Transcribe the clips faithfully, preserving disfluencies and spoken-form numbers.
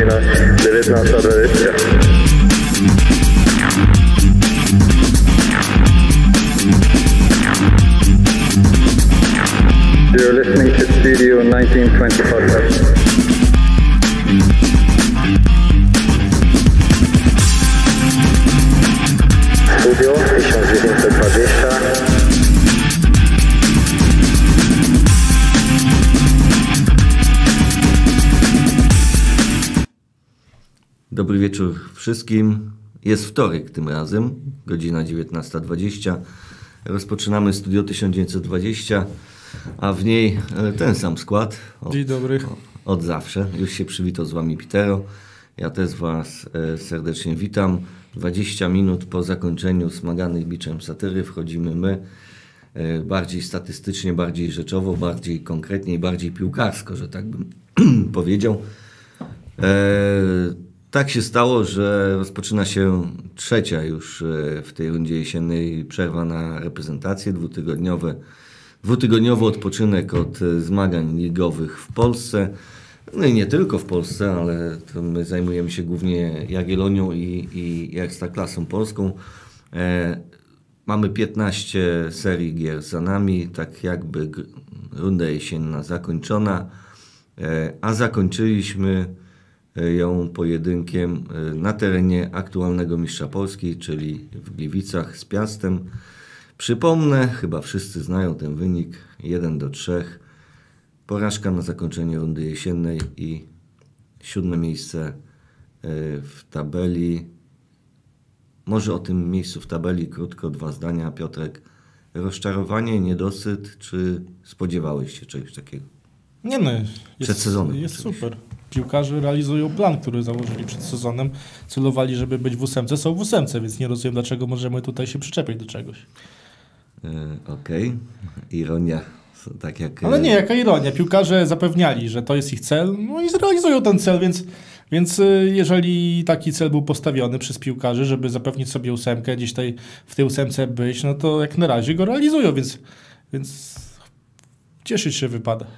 godzina dziewiętnasta dwadzieścia. You're listening to Studio nineteen twenty podcast. Studio tysiąc dziewięćset dwadzieścia. Dobry wieczór wszystkim. Jest wtorek tym razem, godzina dziewiętnasta dwadzieścia. Rozpoczynamy Studio tysiąc dziewięćset dwadzieścia, a w niej ten sam skład. Od, Dzień dobry. Od zawsze. Już się przywitał z wami Pitero. Ja też was serdecznie witam. dwadzieścia minut po zakończeniu Smaganych biczem satyry wchodzimy my. Bardziej statystycznie, bardziej rzeczowo, bardziej konkretnie i bardziej piłkarsko, że tak bym powiedział. E, tak się stało, że rozpoczyna się trzecia już w tej rundzie jesiennej przerwa na reprezentację, dwutygodniowe, dwutygodniowy odpoczynek od zmagań ligowych w Polsce. No i nie tylko w Polsce, ale to my zajmujemy się głównie Jagiellonią i, i Ekstraklasą polską. E, mamy piętnaście serii gier za nami, tak jakby runda jesienna zakończona, e, a zakończyliśmy ją pojedynkiem na terenie aktualnego mistrza Polski, czyli w Gliwicach z Piastem. Przypomnę, chyba wszyscy znają ten wynik, jeden do trzech. Porażka na zakończenie rundy jesiennej i siódme miejsce w tabeli. Może o tym miejscu w tabeli krótko dwa zdania. Piotrek, rozczarowanie, niedosyt, czy spodziewałeś się czegoś takiego? Nie no, jest, przed sezonem jest super. Piłkarze realizują plan, który założyli przed sezonem. Celowali, żeby być w ósemce, są w ósemce, więc nie rozumiem, dlaczego możemy tutaj się przyczepić do czegoś. Yy, Okej, okay. Ironia. Tak jak... Ale nie, jaka ironia. Piłkarze zapewniali, że to jest ich cel, no i zrealizują ten cel, więc, więc jeżeli taki cel był postawiony przez piłkarzy, żeby zapewnić sobie ósemkę, gdzieś tej, w tej ósemce być, no to jak na razie go realizują, więc, więc cieszyć się wypada.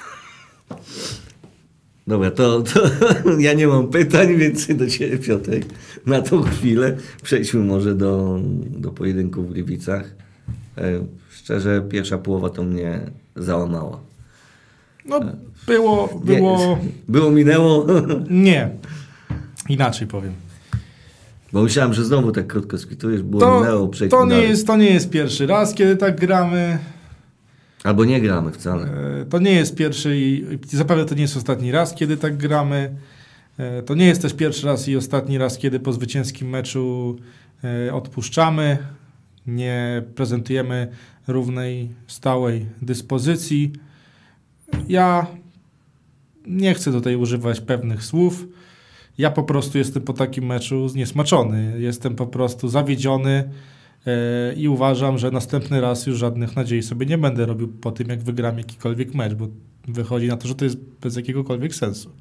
Dobra, to, to ja nie mam pytań, więc do Ciebie, Piotrek, na tą chwilę przejdźmy może do, do pojedynku w Gliwicach. E, szczerze, pierwsza połowa to mnie załamała. No, było... Było, nie, było minęło? Nie. Inaczej powiem. Bo myślałem, że znowu tak krótko skwitujesz, było to, minęło, przejdźmy to nie dalej. jest To nie jest pierwszy raz, kiedy tak gramy. Albo nie gramy wcale. To nie jest pierwszy i zapewne to nie jest ostatni raz, kiedy tak gramy. To nie jest też pierwszy raz i ostatni raz, kiedy po zwycięskim meczu odpuszczamy. Nie prezentujemy równej, stałej dyspozycji. Ja nie chcę tutaj używać pewnych słów. Ja po prostu jestem po takim meczu zniesmaczony. Jestem po prostu zawiedziony. I uważam, że następny raz już żadnych nadziei sobie nie będę robił po tym, jak wygram jakikolwiek mecz, bo wychodzi na to, że to jest bez jakiegokolwiek sensu.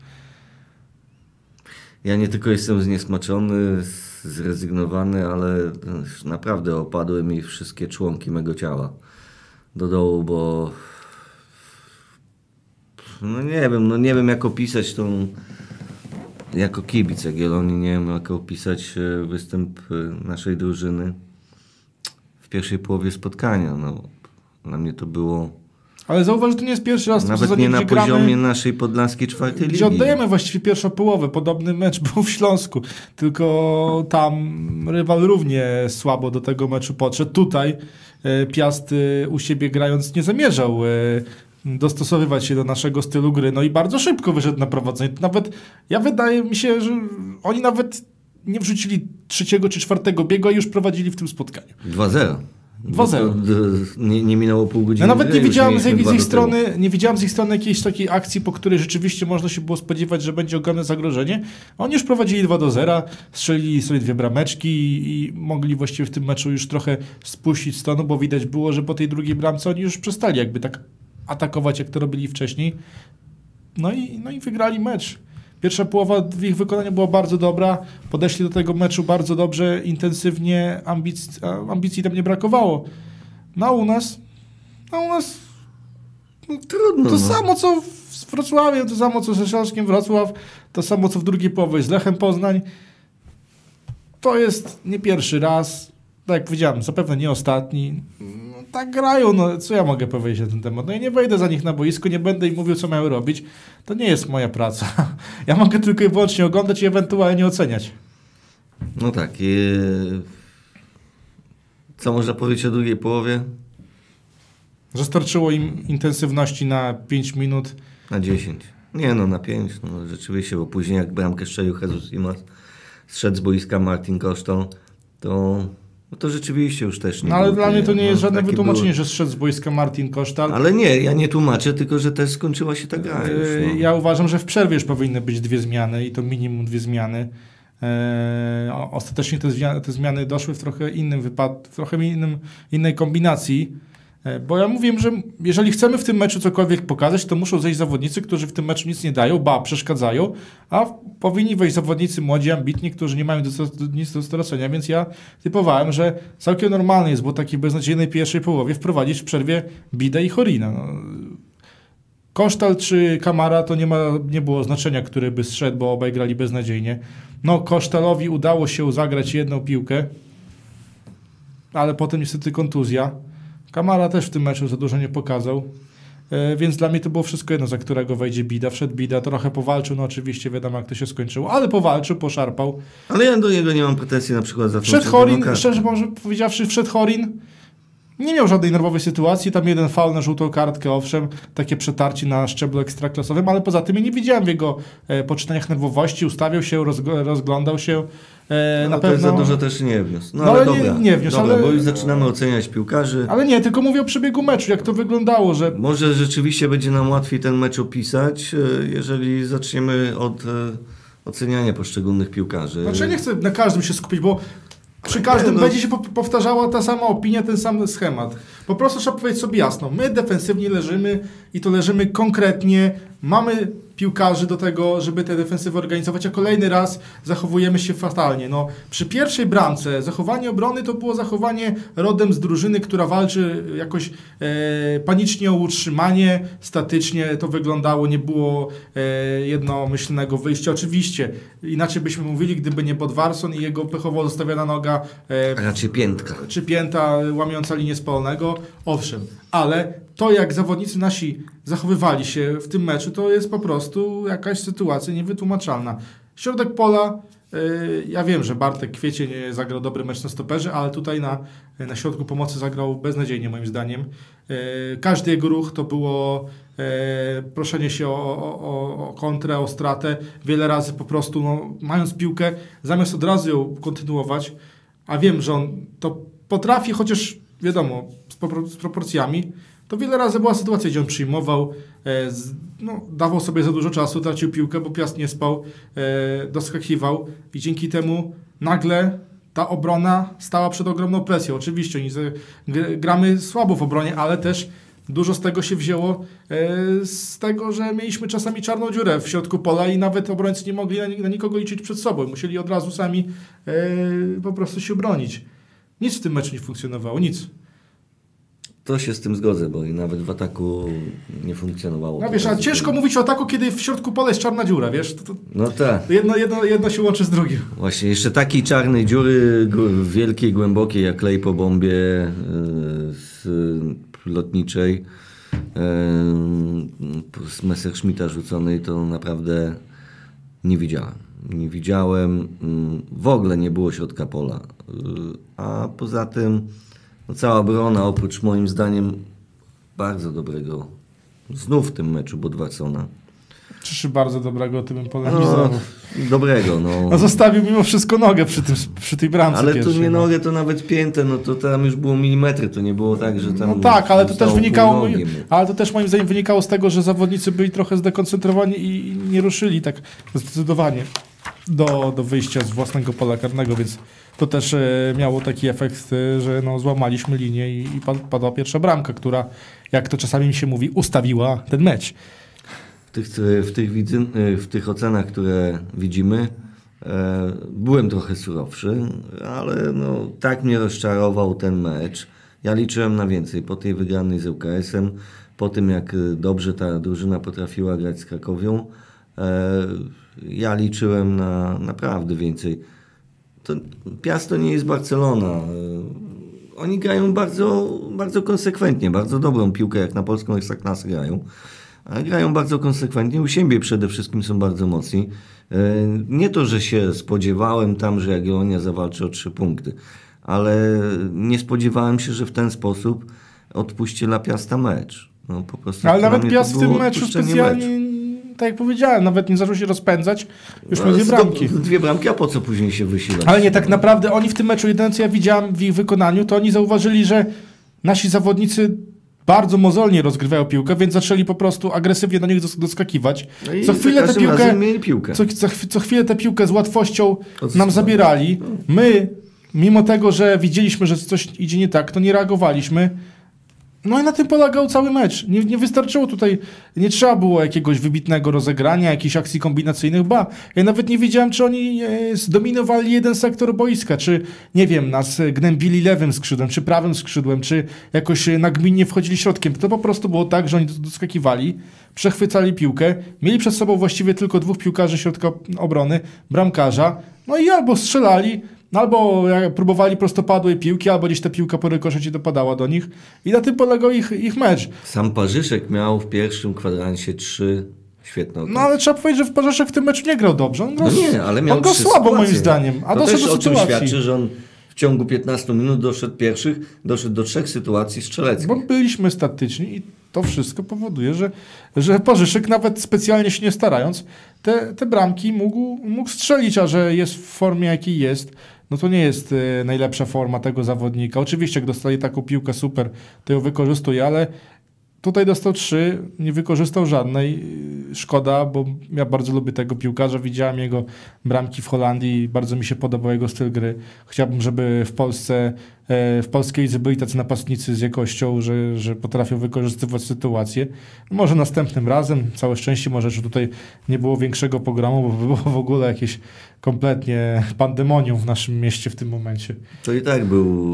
Ja nie tylko jestem zniesmaczony, zrezygnowany, ale naprawdę opadły mi wszystkie członki mego ciała do dołu, bo no nie wiem, no nie wiem jak opisać tą, jako kibic Jagiellonii, nie wiem jak opisać występ naszej drużyny w pierwszej połowie spotkania. No, dla mnie to było... Ale zauważ, że to nie jest pierwszy raz. Nawet sezonie, nie na gramy, poziomie naszej podlaskiej czwartej ligi. Gdzie oddajemy właściwie pierwszą połowę. Podobny mecz był w Śląsku. Tylko tam rywal równie słabo do tego meczu podszedł. Tutaj e, Piast e, u siebie grając nie zamierzał e, dostosowywać się do naszego stylu gry. No i bardzo szybko wyszedł na prowadzenie. Nawet, ja wydaje mi się, że oni nawet nie wrzucili trzeciego czy czwartego biegu, a już prowadzili w tym spotkaniu. dwa zero. dwa zero. Nie, nie minęło pół godziny. Ja nawet nie widziałem z ich, z ich strony, temu. nie widziałem z ich strony jakiejś takiej akcji, po której rzeczywiście można się było spodziewać, że będzie ogromne zagrożenie. Oni już prowadzili dwa do zera, strzelili sobie dwie brameczki i, i mogli właściwie w tym meczu już trochę spuścić z tonu, bo widać było, że po tej drugiej bramce oni już przestali jakby tak atakować, jak to robili wcześniej. No i, no i wygrali mecz. Pierwsza połowa w ich wykonaniu była bardzo dobra. Podeszli do tego meczu bardzo dobrze, intensywnie, ambic- ambicji tam nie brakowało. No a u nas, no u nas No, trudno. To no. samo co z Wrocławiem, to samo co ze Śląskiem Wrocław, to samo co w drugiej połowie z Lechem Poznań. To jest nie pierwszy raz, tak jak powiedziałem, zapewne nie ostatni. No, tak grają, no co ja mogę powiedzieć na ten temat? No i nie wejdę za nich na boisko, nie będę im mówił, co mają robić. To nie jest moja praca. Ja mogę tylko i wyłącznie oglądać i ewentualnie oceniać. No tak. I... Co można powiedzieć o drugiej połowie? Że starczyło im intensywności na pięć minut. Na dziesięć. Nie no, na pięć. No, rzeczywiście, bo później jak bramkę strzelił Jesus Imas, zszedł z boiska Martin Kosztal, to, no to rzeczywiście już też nie No ale było dla tyle. mnie to nie jest no, żadne wytłumaczenie, były... że zszedł z boiska Martin Kosztal. Ale nie, ja nie tłumaczę, tylko że też skończyła się ta gra już. No. Ja uważam, że w przerwie już powinny być dwie zmiany i to minimum dwie zmiany. Eee, ostatecznie te zmiany, te zmiany doszły w trochę innym wypadku, w trochę innym, innej kombinacji. Bo ja mówiłem, że jeżeli chcemy w tym meczu cokolwiek pokazać, to muszą zejść zawodnicy, którzy w tym meczu nic nie dają, ba, przeszkadzają, a powinni wejść zawodnicy młodzi, ambitni, którzy nie mają do, nic do stracenia, więc ja typowałem, że całkiem normalne jest, bo takiej beznadziejnej pierwszej połowie wprowadzić w przerwie Bidę i Horina. No. Kosztal czy Kamara to nie, ma, nie było znaczenia, który by zszedł, bo obaj grali beznadziejnie. No, Kosztalowi udało się zagrać jedną piłkę, ale potem niestety kontuzja. Kamara też w tym meczu za dużo nie pokazał, e, więc dla mnie to było wszystko jedno, za którego wejdzie Bida. Wszedł Bida, trochę powalczył, no oczywiście wiadomo jak to się skończyło, ale powalczył, poszarpał. Ale ja do niego nie mam pretensji na przykład za Wszedł Horin, szczerze powiedziawszy, wszedł Horin, nie miał żadnej nerwowej sytuacji, tam jeden faul na żółtą kartkę, owszem, takie przetarcie na szczeblu ekstraklasowym, ale poza tym ja nie widziałem w jego e, poczytaniach nerwowości, ustawiał się, rozg- rozglądał się. E, no, na to pewno... za dużo też nie wniósł. No, No, ale ale nie- dobra, nie wniósł, dobra ale- bo już zaczynamy oceniać piłkarzy. Ale nie, tylko mówię o przebiegu meczu, jak to wyglądało, że Może rzeczywiście będzie nam łatwiej ten mecz opisać, e, jeżeli zaczniemy od e, oceniania poszczególnych piłkarzy. Znaczy ja nie chcę na każdym się skupić, bo przy każdym no. będzie się po- powtarzała ta sama opinia, ten sam schemat. Po prostu trzeba powiedzieć sobie jasno, my defensywnie leżymy i to leżymy konkretnie, mamy piłkarzy do tego, żeby te defensywy organizować, a kolejny raz zachowujemy się fatalnie. No, przy pierwszej bramce zachowanie obrony to było zachowanie rodem z drużyny, która walczy jakoś e, panicznie o utrzymanie, statycznie to wyglądało, nie było e, jednomyślnego wyjścia. Oczywiście, inaczej byśmy mówili, gdyby nie Bodvarsson i jego pechowo zostawiona noga e, A raczej piętka. czy pięta łamiąca linię spalonego, owszem, ale to jak zawodnicy nasi zachowywali się w tym meczu, to jest po prostu jakaś sytuacja niewytłumaczalna. Środek pola, yy, ja wiem, że Bartek Kwiecień zagrał dobry mecz na stoperze, ale tutaj na, na środku pomocy zagrał beznadziejnie moim zdaniem. Yy, każdy jego ruch to było yy, proszenie się o, o, o, o kontrę, o stratę. Wiele razy po prostu, no, mając piłkę, zamiast od razu ją kontynuować, a wiem, że on to potrafi, chociaż wiadomo, z, popro- z proporcjami, to wiele razy była sytuacja, gdzie on przyjmował, e, z, no, dawał sobie za dużo czasu, tracił piłkę, bo Piast nie spał, e, doskakiwał i dzięki temu nagle ta obrona stała przed ogromną presją. Oczywiście oni z, g- gramy słabo w obronie, ale też dużo z tego się wzięło e, z tego, że mieliśmy czasami czarną dziurę w środku pola i nawet obrońcy nie mogli na, na nikogo liczyć przed sobą. Musieli od razu sami e, po prostu się bronić. Nic w tym meczu nie funkcjonowało, nic. To się z tym zgodzę, bo i nawet w ataku nie funkcjonowało. No to wiesz, a bardzo ciężko dobrze. mówić o ataku, kiedy w środku pola jest czarna dziura, wiesz? To, to No tak. jedno, jedno, jedno się łączy z drugim. Właśnie, jeszcze takiej czarnej dziury gó- wielkiej, głębokiej, jak lej po bombie yy, z y, lotniczej, yy, z Messerschmitta rzuconej, to naprawdę nie widziałem. Nie widziałem, yy, w ogóle nie było środka pola. Yy, a poza tym no, cała obrona, oprócz moim zdaniem bardzo dobrego, znów w tym meczu Bodvarssona. Czyż bardzo dobrego, ty bym polemizował. No, dobrego, no. A zostawił mimo wszystko nogę przy, tym, przy tej bramce Ale pierwszej, tu nie no. nogę, to nawet piętę, no to tam już było milimetry, to nie było tak, że tam... No tak, ale to też zostało wynikało, pół nogi. ale to też moim zdaniem wynikało z tego, że zawodnicy byli trochę zdekoncentrowani i nie ruszyli tak zdecydowanie do, do wyjścia z własnego pola karnego, więc to też e, miało taki efekt, e, że no, złamaliśmy linię i, i pad- padła pierwsza bramka, która, jak to czasami mi się mówi, ustawiła ten mecz. W tych, w tych, widzyn, w tych ocenach, które widzimy, e, byłem trochę surowszy, ale no, tak mnie rozczarował ten mecz Ja liczyłem na więcej. Po tej wygranej z L K S-em, po tym jak dobrze ta drużyna potrafiła grać z Krakowią, e, ja liczyłem na naprawdę więcej. To Piast to nie jest Barcelona. E, oni grają bardzo, bardzo konsekwentnie, bardzo dobrą piłkę, jak na polską ekstraklasę grają. Ale grają bardzo konsekwentnie, u siebie przede wszystkim są bardzo mocni. Nie to, że się spodziewałem tam, że Jagiellonia zawalczy o trzy punkty, ale nie spodziewałem się, że w ten sposób odpuści dla Piasta mecz. No, po prostu ale nawet Piast w tym meczu specjalnie, mecz. tak jak powiedziałem, nawet nie zaczął się rozpędzać, już miał dwie bramki. Dwie bramki, a po co później się wysilać? Ale nie, tak naprawdę oni w tym meczu, jedyne co ja widziałem w ich wykonaniu, to oni zauważyli, że nasi zawodnicy bardzo mozolnie rozgrywają piłkę, więc zaczęli po prostu agresywnie do nich doskakiwać. No i co chwilę tę piłkę, piłkę. Co, co, co chwilę tę piłkę z łatwością nam zabierali. My, mimo tego, że widzieliśmy, że coś idzie nie tak, to nie reagowaliśmy. No i na tym polegał cały mecz. Nie, nie wystarczyło tutaj, nie trzeba było jakiegoś wybitnego rozegrania, jakichś akcji kombinacyjnych. Ba, ja nawet nie wiedziałem, czy oni e, zdominowali jeden sektor boiska, czy, nie wiem, nas gnębili lewym skrzydłem, czy prawym skrzydłem, czy jakoś nagminnie wchodzili środkiem. To po prostu było tak, że oni doskakiwali, przechwycali piłkę, mieli przed sobą właściwie tylko dwóch piłkarzy środka obrony, bramkarza, no i albo strzelali, albo próbowali prostopadłej piłki, albo gdzieś ta piłka po rykoszecie dopadała do nich i na tym polegał ich, ich mecz. Sam Parzyszek miał w pierwszym kwadransie trzy świetne okazje. No ale trzeba powiedzieć, że Parzyszek w tym meczu nie grał dobrze. On grał, no nie, ale miał on grał słabo sytuacje. Moim zdaniem. A to doszedł też do o czym sytuacji. świadczy, że on w ciągu piętnastu minut doszedł pierwszych, doszedł do trzech sytuacji strzeleckich. Bo byliśmy statyczni i to wszystko powoduje, że, że Parzyszek nawet specjalnie się nie starając, te, te bramki mógł, mógł strzelić, a że jest w formie jakiej jest, no to nie jest y, najlepsza forma tego zawodnika. Oczywiście jak dostali taką piłkę super, to ją wykorzystuje, ale tutaj dostał trzy, nie wykorzystał żadnej. Szkoda, bo ja bardzo lubię tego piłkarza. Widziałem jego bramki w Holandii i bardzo mi się podobał jego styl gry. Chciałbym, żeby w Polsce, w polskiej lidze byli tacy napastnicy z jakością, że, że potrafią wykorzystywać sytuację. Może następnym razem, całe szczęście może, że tutaj nie było większego pogromu, bo by było w ogóle jakieś kompletnie pandemonium w naszym mieście w tym momencie. To i tak był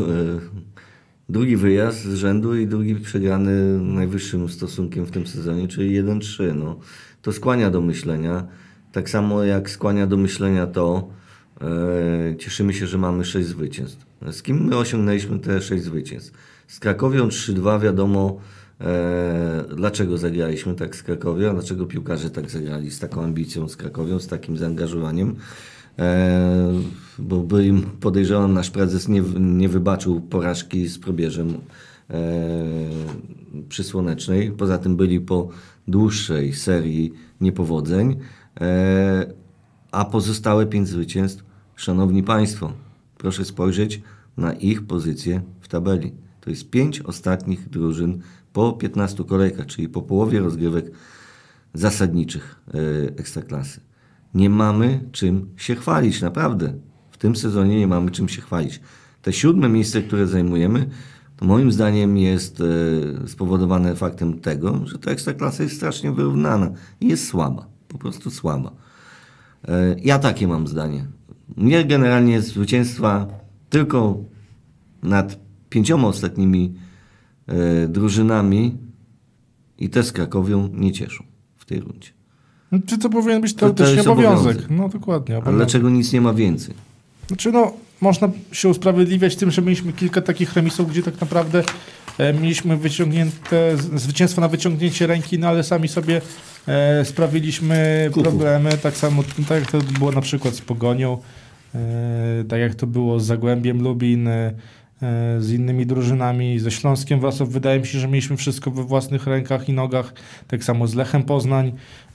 drugi wyjazd z rzędu i drugi przegrany najwyższym stosunkiem w tym sezonie, czyli jeden trzy. No, to skłania do myślenia. Tak samo jak skłania do myślenia to, e, cieszymy się, że mamy sześć zwycięstw. Z kim my osiągnęliśmy te sześć zwycięstw? Z Krakowią trzy dwa wiadomo, e, dlaczego zagraliśmy tak z Krakowią, dlaczego piłkarze tak zagrali z taką ambicją z Krakowią, z takim zaangażowaniem. E, bo by im, podejrzewam, nasz prezes nie, nie wybaczył porażki z Probierzem e, przy Słonecznej. Poza tym byli po dłuższej serii niepowodzeń, e, a pozostałe pięć zwycięstw, szanowni Państwo, proszę spojrzeć na ich pozycję w tabeli. To jest pięć ostatnich drużyn po piętnastu kolejkach, czyli po połowie rozgrywek zasadniczych e, Ekstraklasy. Nie mamy czym się chwalić, naprawdę. W tym sezonie nie mamy czym się chwalić. Te siódme miejsce, które zajmujemy, to moim zdaniem jest e, spowodowane faktem tego, że ta Ekstraklasa jest strasznie wyrównana i jest słaba. Po prostu słaba. E, ja takie mam zdanie. Mnie generalnie zwycięstwa tylko nad pięcioma ostatnimi e, drużynami i te z Krakowią nie cieszą w tej rundzie. Czy to powinien być teoretycznie obowiązek? obowiązek? No dokładnie. Obowiązek. Ale dlaczego nic nie ma więcej? Znaczy no, można się usprawiedliwiać tym, że mieliśmy kilka takich remisów, gdzie tak naprawdę e, mieliśmy wyciągnięte, zwycięstwo na wyciągnięcie ręki, no ale sami sobie e, sprawiliśmy Kupu. problemy. Tak samo, tak jak to było na przykład z Pogonią, e, tak jak to było z Zagłębiem Lubin, e, z innymi drużynami, ze Śląskiem Wrocław. Wydaje mi się, że mieliśmy wszystko we własnych rękach i nogach. Tak samo z Lechem Poznań.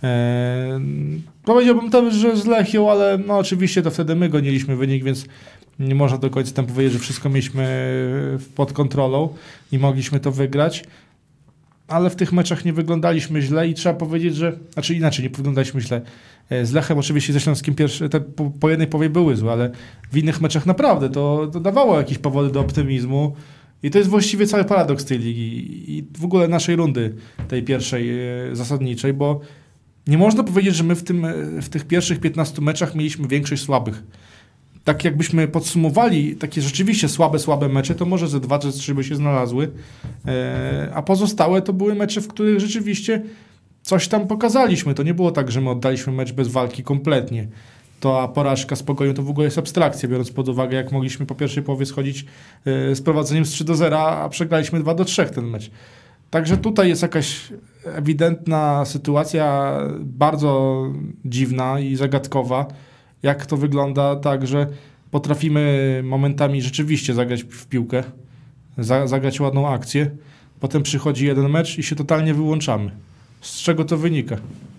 Eee, powiedziałbym też, że z Lechią, ale no oczywiście to wtedy my goniliśmy wynik, więc nie można do końca tam powiedzieć, że wszystko mieliśmy pod kontrolą i mogliśmy to wygrać. Ale w tych meczach nie wyglądaliśmy źle i trzeba powiedzieć, że... Znaczy inaczej, nie wyglądaliśmy źle. Z Lechem oczywiście ze Śląskiem pierwsze, te po, po jednej połowie były złe, ale w innych meczach naprawdę to, to dawało jakieś powody do optymizmu. I to jest właściwie cały paradoks tej ligi i w ogóle naszej rundy, tej pierwszej zasadniczej, bo nie można powiedzieć, że my w, tym, w tych pierwszych piętnastu meczach mieliśmy większość słabych. tak jakbyśmy podsumowali takie rzeczywiście słabe, słabe mecze, to może ze dwa czy trzy by się znalazły, e, a pozostałe to były mecze, w których rzeczywiście coś tam pokazaliśmy. To nie było tak, że my oddaliśmy mecz bez walki kompletnie. To porażka z Pogonią to w ogóle jest abstrakcja, biorąc pod uwagę, jak mogliśmy po pierwszej połowie schodzić e, z prowadzeniem z trzy do zera, a przegraliśmy dwa do trzech ten mecz. Także tutaj jest jakaś ewidentna sytuacja, bardzo dziwna i zagadkowa, jak to wygląda tak, że potrafimy momentami rzeczywiście zagrać w piłkę, za, zagrać ładną akcję, potem przychodzi jeden mecz i się totalnie wyłączamy. Z czego to wynika?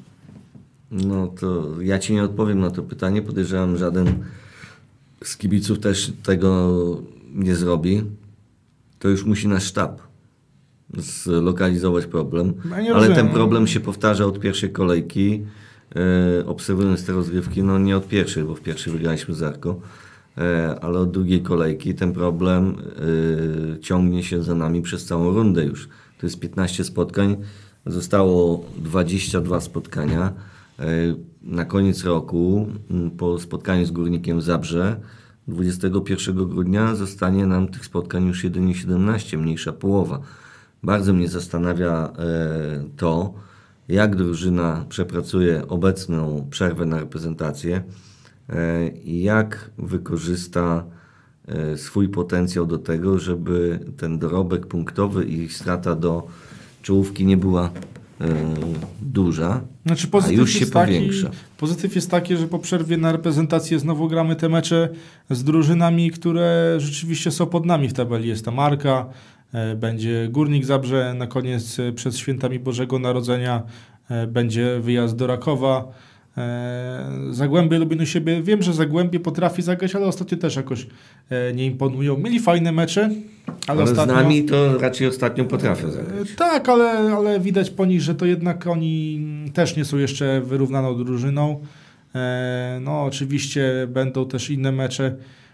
No to ja ci nie odpowiem na to pytanie. Podejrzewam, żaden z kibiców też tego nie zrobi. To już musi nasz sztab zlokalizować problem. Ja ale rozumiem. ten problem się powtarza od pierwszej kolejki. E, obserwując te rozgrywki, no nie od pierwszej, bo w pierwszej wygraliśmy zerko, e, ale od drugiej kolejki ten problem e, ciągnie się za nami przez całą rundę już. To jest piętnaście spotkań, zostało dwadzieścia dwa spotkania. E, na koniec roku, po spotkaniu z Górnikiem Zabrze, dwudziestego pierwszego grudnia zostanie nam tych spotkań już jedynie siedemnaście, mniejsza połowa. Bardzo mnie zastanawia e, to, jak drużyna przepracuje obecną przerwę na reprezentację e, i jak wykorzysta e, swój potencjał do tego, żeby ten dorobek punktowy i ich strata do czołówki nie była e, duża, Znaczy, a pozytyw już się jest taki, powiększa. Pozytyw jest taki, że po przerwie na reprezentację znowu gramy te mecze z drużynami, które rzeczywiście są pod nami w tabeli. Jest ta Marka, e, będzie Górnik Zabrze, na koniec e, przed świętami Bożego Narodzenia e, będzie wyjazd do Rakowa. E, Zagłębie Lubin u siebie. Wiem, że Zagłębie potrafi zagrać, ale ostatnio też jakoś e, nie imponują. Mieli fajne mecze, ale, Ale ostatnio... z nami to raczej ostatnio potrafią zagrać. Tak, ale, ale widać po nich, że to jednak oni też nie są jeszcze wyrównaną drużyną. E, no oczywiście będą też inne mecze.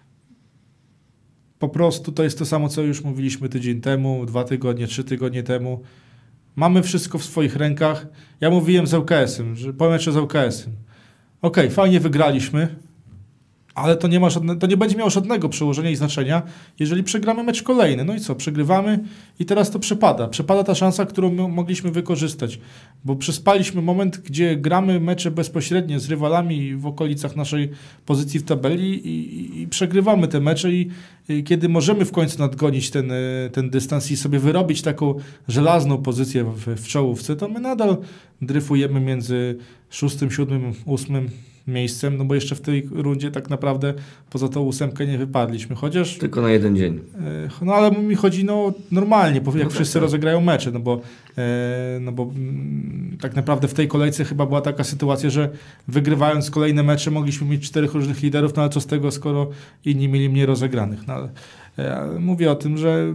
Po prostu to jest to samo, co już mówiliśmy tydzień temu, dwa tygodnie, trzy tygodnie temu. Mamy wszystko w swoich rękach. Ja mówiłem z L K S-em, że po meczu z L K S-em. Okej, fajnie wygraliśmy, ale to nie, ma żadne, to nie będzie miało żadnego przełożenia i znaczenia, jeżeli przegramy mecz kolejny. No i co, przegrywamy i teraz to przepada. Przepada ta szansa, którą my mogliśmy wykorzystać, bo przespaliśmy moment, gdzie gramy mecze bezpośrednie z rywalami w okolicach naszej pozycji w tabeli i, i, i przegrywamy te mecze i, i kiedy możemy w końcu nadgonić ten, ten dystans i sobie wyrobić taką żelazną pozycję w, w czołówce, to my nadal dryfujemy między szóstym, siódmym, ósmym miejscem, no bo jeszcze w tej rundzie tak naprawdę poza tą ósemkę nie wypadliśmy, chociaż... Tylko na jeden dzień. No ale mi chodzi no normalnie, jak no wszyscy tak, tak. rozegrają mecze, no bo, e, no bo mm, tak naprawdę w tej kolejce chyba była taka sytuacja, że wygrywając kolejne mecze mogliśmy mieć czterech różnych liderów, no ale co z tego, skoro inni mieli mniej rozegranych. No, ale, e, mówię o tym, że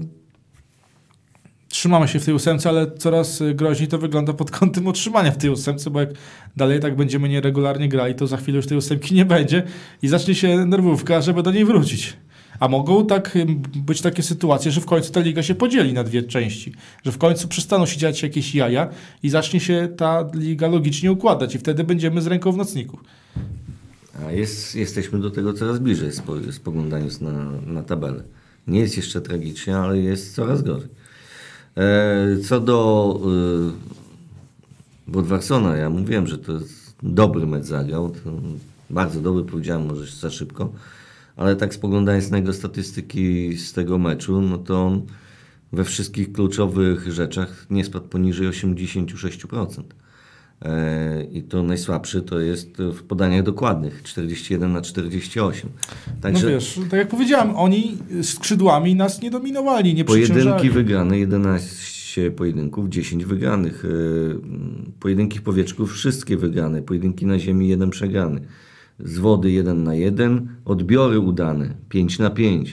trzymamy się w tej ósemce, ale coraz groźniej to wygląda pod kątem utrzymania w tej ósemce, bo jak dalej tak będziemy nieregularnie grali, to za chwilę już tej ósemki nie będzie i zacznie się nerwówka, żeby do niej wrócić. A mogą tak być takie sytuacje, że w końcu ta liga się podzieli na dwie części, że w końcu przestaną się dziać jakieś jaja i zacznie się ta liga logicznie układać i wtedy będziemy z ręką w nocniku. A jest, jesteśmy do tego coraz bliżej, spoglądając na, na tabelę. Nie jest jeszcze tragicznie, ale jest coraz gorzej. Co do y, Bodwarsona, ja mówiłem, że to jest dobry mecz zagrał, to bardzo dobry, powiedziałem może za szybko, ale tak spoglądając na jego statystyki z tego meczu, no to on we wszystkich kluczowych rzeczach nie spadł poniżej osiemdziesiąt sześć procent. E, I to najsłabszy to jest w podaniach dokładnych, czterdzieści jeden na czterdzieści osiem. Także no wiesz, tak jak powiedziałem, oni skrzydłami nas nie dominowali, nie pojedynki przyciążali. wygrane, jedenaście pojedynków, dziesięć wygranych. Pojedynki powieczków wszystkie wygrane. Pojedynki na ziemi, jeden przegrany. Z wody jeden na jeden. Odbiory udane, pięć na pięć.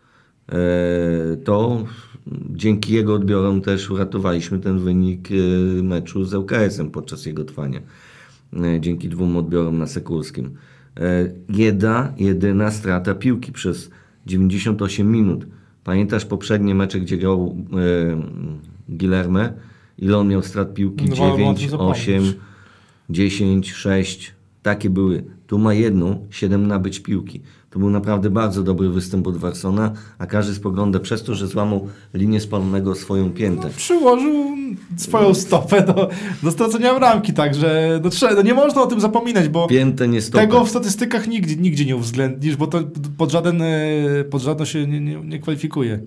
To dzięki jego odbiorom też uratowaliśmy ten wynik meczu z L K S-em podczas jego trwania. Dzięki dwóm odbiorom na Sekulskim. Jedna, jedyna strata piłki przez dziewięćdziesiąt osiem minut. Pamiętasz poprzednie mecze, gdzie grał e, Guilherme? Ile on miał strat piłki? No, dziewięć, osiem, dziesięć, sześć. Takie były. Tu ma jedną, siedem nabyć piłki. To był naprawdę bardzo dobry występ od Warsona, a każdy spogląda przez to, że złamał linię spalonego swoją piętę. No, przyłożył swoją stopę do, do stracenia bramki, także no, no, nie można o tym zapominać, bo piętę, nie stopę. Tego w statystykach nigdzie, nigdzie nie uwzględnisz, bo to pod żaden, pod żadno się nie, nie, nie kwalifikuje.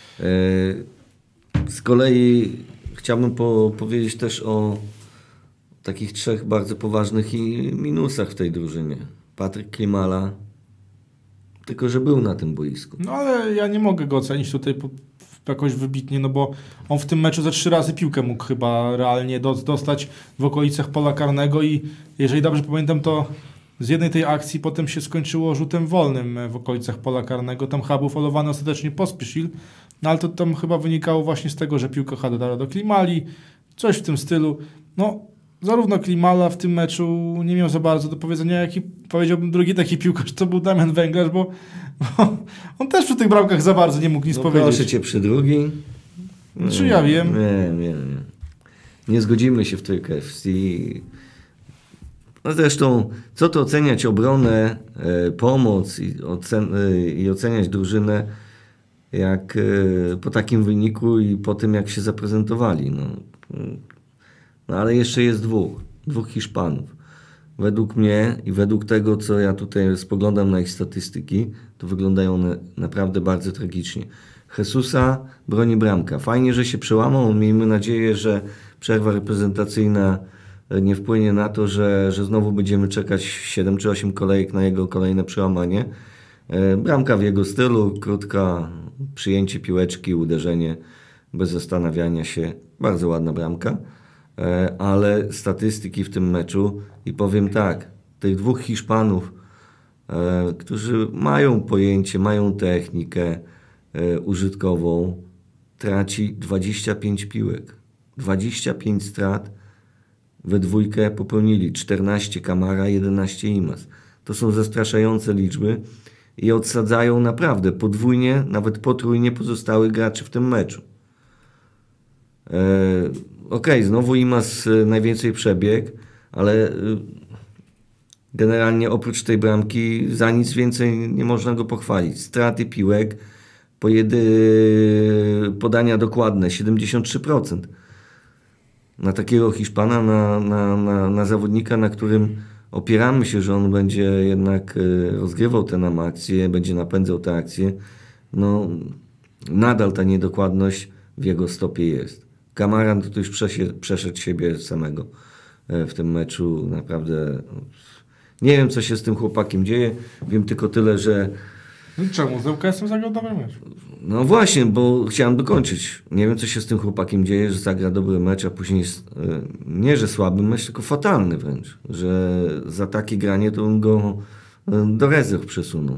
Z kolei chciałbym po, powiedzieć też o takich trzech bardzo poważnych i minusach w tej drużynie. Patryk Klimala, tylko że był na tym boisku. No ale ja nie mogę go ocenić tutaj po, jakoś wybitnie, no bo on w tym meczu za trzy razy piłkę mógł chyba realnie do, dostać w okolicach pola karnego i jeżeli dobrze pamiętam, to z jednej tej akcji potem się skończyło rzutem wolnym w okolicach pola karnego. Tam chyba był faulowany ostatecznie Pospisil, no ale to tam chyba wynikało właśnie z tego, że piłka chyba dotarła do Klimali, coś w tym stylu. No zarówno Klimala w tym meczu nie miał za bardzo do powiedzenia, jak i powiedziałbym drugi taki piłkarz, to był Damian Węglarz, bo, bo on też przy tych bramkach za bardzo nie mógł nic no powiedzieć. Proszę cię, przy drugiej? Czy ja wiem? Nie, nie, nie. Nie zgodzimy się w tej K F C. No zresztą, co to oceniać obronę, e, pomoc i, ocen, e, i oceniać drużynę, jak e, po takim wyniku i po tym, jak się zaprezentowali. No. No ale jeszcze jest dwóch, dwóch Hiszpanów. Według mnie i według tego, co ja tutaj spoglądam na ich statystyki, to wyglądają one naprawdę bardzo tragicznie. Jesusa broni bramka. Fajnie, że się przełamał. Miejmy nadzieję, że przerwa reprezentacyjna nie wpłynie na to, że, że znowu będziemy czekać siedem czy osiem kolejek na jego kolejne przełamanie. Bramka w jego stylu, krótka, przyjęcie piłeczki, uderzenie bez zastanawiania się. Bardzo ładna bramka. Ale statystyki w tym meczu i powiem tak, tych dwóch Hiszpanów, e, którzy mają pojęcie, mają technikę e, użytkową, traci dwadzieścia pięć piłek. dwadzieścia pięć strat we dwójkę popełnili. czternaście Kamara, jedenaście Imaz. To są zastraszające liczby i odsadzają naprawdę podwójnie, nawet potrójnie pozostałych graczy w tym meczu. E, Okej, okay, znowu Imaz najwięcej przebieg, ale generalnie oprócz tej bramki za nic więcej nie można go pochwalić. Straty piłek, pojedy... podania dokładne, siedemdziesiąt trzy procent. Na takiego Hiszpana, na, na, na, na zawodnika, na którym opieramy się, że on będzie jednak rozgrywał tę akcję, będzie napędzał tę akcję, no nadal ta niedokładność w jego stopie jest. Kamara to już przeszedł, przeszedł siebie samego w tym meczu. Naprawdę nie wiem, co się z tym chłopakiem dzieje. Wiem tylko tyle, że... No czemu? Z ŁKS-em zagrał dobry mecz. No właśnie, bo chciałem dokończyć. Nie wiem, co się z tym chłopakiem dzieje, że zagra dobry mecz, a później jest nie, że słaby mecz, tylko fatalny wręcz. Że za takie granie to on go do rezerw przesunął.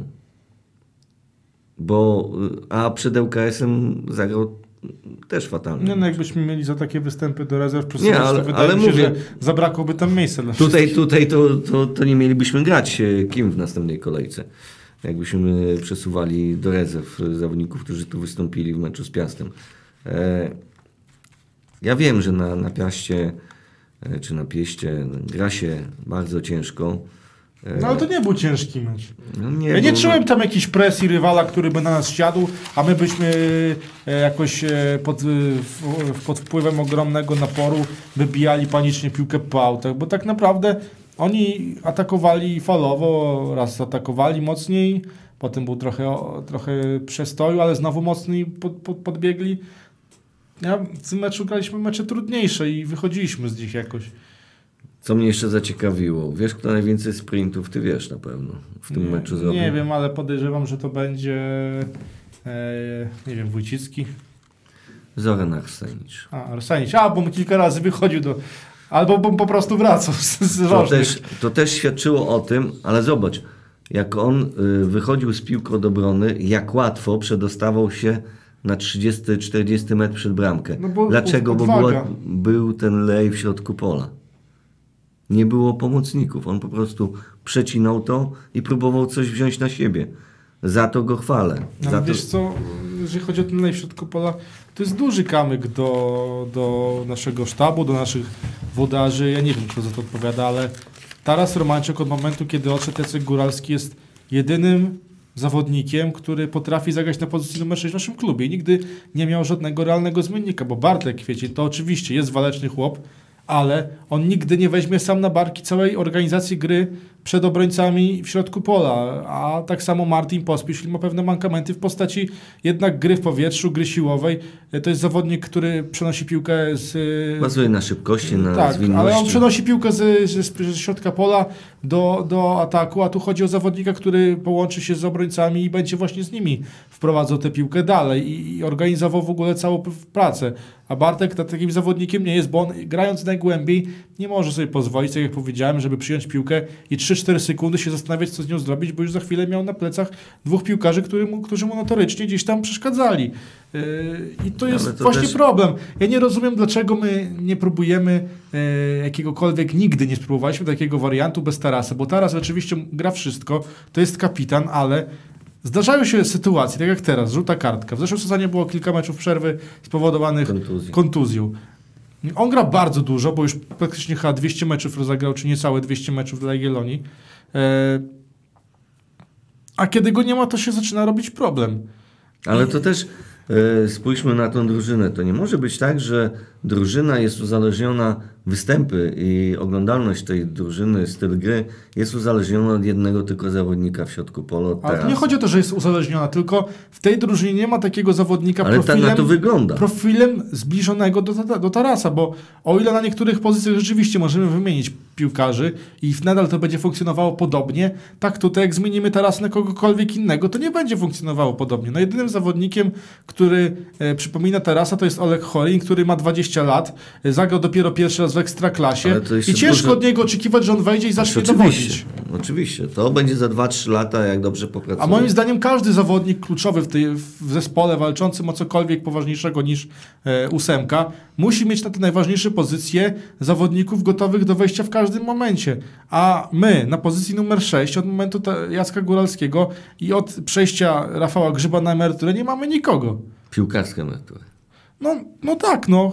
Bo, a przed ŁKS-em zagrał też fatalnie. Nie, no jakbyśmy mieli za takie występy do rezerw przesunąć, nie, ale, to wydaje ale mi się, mówię, że zabrakłoby tam miejsca dla Tutaj, wszystkich. tutaj to, to, to nie mielibyśmy grać kim w następnej kolejce. Jakbyśmy przesuwali do rezerw zawodników, którzy tu wystąpili w meczu z Piastem. E, ja wiem, że na, na Piaście e, czy na Pieście gra się bardzo ciężko. No ale to nie był ciężki mecz. No nie, ja nie bo... czułem tam jakiejś presji rywala, który by na nas siadł, a my byśmy jakoś pod, pod wpływem ogromnego naporu wybijali panicznie piłkę po autach, bo tak naprawdę oni atakowali falowo, raz atakowali mocniej, potem był trochę, trochę przestoju, ale znowu mocniej pod, pod, podbiegli. Ja w tym meczu graliśmy mecze trudniejsze i wychodziliśmy z nich jakoś. Co mnie jeszcze zaciekawiło? Wiesz, kto najwięcej sprintów? Ty wiesz na pewno. W tym nie, meczu zrobił. Nie wiem, ale podejrzewam, że to będzie e, nie wiem, Wójcicki. Zoran Arsenicz. A, Arsenicz. A, bo on kilka razy wychodził do... Albo bo po prostu wracał z, z to, też, to też świadczyło o tym, ale zobacz, jak on y, wychodził z piłką do obrony, jak łatwo przedostawał się na trzydziesty czterdziesty metr przed bramkę. No bo Dlaczego? Bo była, był ten lej w środku pola. Nie było pomocników. On po prostu przecinał to i próbował coś wziąć na siebie. Za to go chwalę. No, Za wiesz to... co, jeżeli chodzi o ten lej w środku pola, to jest duży kamyk do, do naszego sztabu, do naszych włodarzy. Ja nie wiem, kto za to odpowiada, ale Taras Romańczuk od momentu, kiedy odszedł Jacek Góralski, jest jedynym zawodnikiem, który potrafi zagrać na pozycji numer sześć w naszym klubie. I nigdy nie miał żadnego realnego zmiennika, bo Bartek Kwiecień to oczywiście jest waleczny chłop, ale on nigdy nie weźmie sam na barki całej organizacji gry przed obrońcami w środku pola, a tak samo Martin Pospieszil ma pewne mankamenty w postaci jednak gry w powietrzu, gry siłowej. To jest zawodnik, który przenosi piłkę z... Bazuje na szybkości, na tak, zwinności. ale on przenosi piłkę z, z, z środka pola do, do ataku, a tu chodzi o zawodnika, który połączy się z obrońcami i będzie właśnie z nimi wprowadzał tę piłkę dalej i, i organizował w ogóle całą pracę. A Bartek takim zawodnikiem nie jest, bo on grając najgłębiej nie może sobie pozwolić, tak jak powiedziałem, żeby przyjąć piłkę i trzy cztery sekundy się zastanawiać, co z nią zrobić, bo już za chwilę miał na plecach dwóch piłkarzy, który mu, którzy mu notorycznie gdzieś tam przeszkadzali. Yy, I to jest to właśnie też... problem. Ja nie rozumiem, dlaczego my nie próbujemy yy, jakiegokolwiek, nigdy nie spróbowaliśmy takiego wariantu bez Tarasa, bo Taras oczywiście gra wszystko, to jest kapitan, ale zdarzają się sytuacje, tak jak teraz, żółta kartka. W zeszłym sezonie było kilka meczów przerwy spowodowanych Kontuzji. kontuzją. On gra bardzo dużo, bo już praktycznie chyba dwieście meczów rozegrał, czy niecałe dwieście meczów dla Jagiellonii. E, a kiedy go nie ma, to się zaczyna robić problem. Ale to też e, spójrzmy na tą drużynę. To nie może być tak, że drużyna jest uzależniona, występy i oglądalność tej drużyny, styl gry jest uzależniona od jednego tylko zawodnika w środku pola. Ale to nie chodzi o to, że jest uzależniona, tylko w tej drużynie nie ma takiego zawodnika Ale profilem, tak na to wygląda. profilem zbliżonego do, do Tarasa, bo o ile na niektórych pozycjach rzeczywiście możemy wymienić piłkarzy i nadal to będzie funkcjonowało podobnie, tak tutaj jak zmienimy Tarasa na kogokolwiek innego, to nie będzie funkcjonowało podobnie. No jedynym zawodnikiem, który e, przypomina Tarasa, to jest Oleg Chorin, który ma dwadzieścia lat, e, zagrał dopiero pierwszy raz w Ekstraklasie i ciężko dużo... od niego oczekiwać, że on wejdzie i zacznie oczywiście, dowodzić. Oczywiście. To będzie za dwa trzy lata, jak dobrze popracuje. A moim zdaniem każdy zawodnik kluczowy w, tej, w zespole walczącym o cokolwiek poważniejszego niż e, ósemka musi mieć na te najważniejsze pozycje zawodników gotowych do wejścia w każdym momencie. A my na pozycji numer sześć od momentu ta, Jacka Góralskiego i od przejścia Rafała Grzyba na emeryturę nie mamy nikogo. Piłkarskie emerytury. No, no tak, no.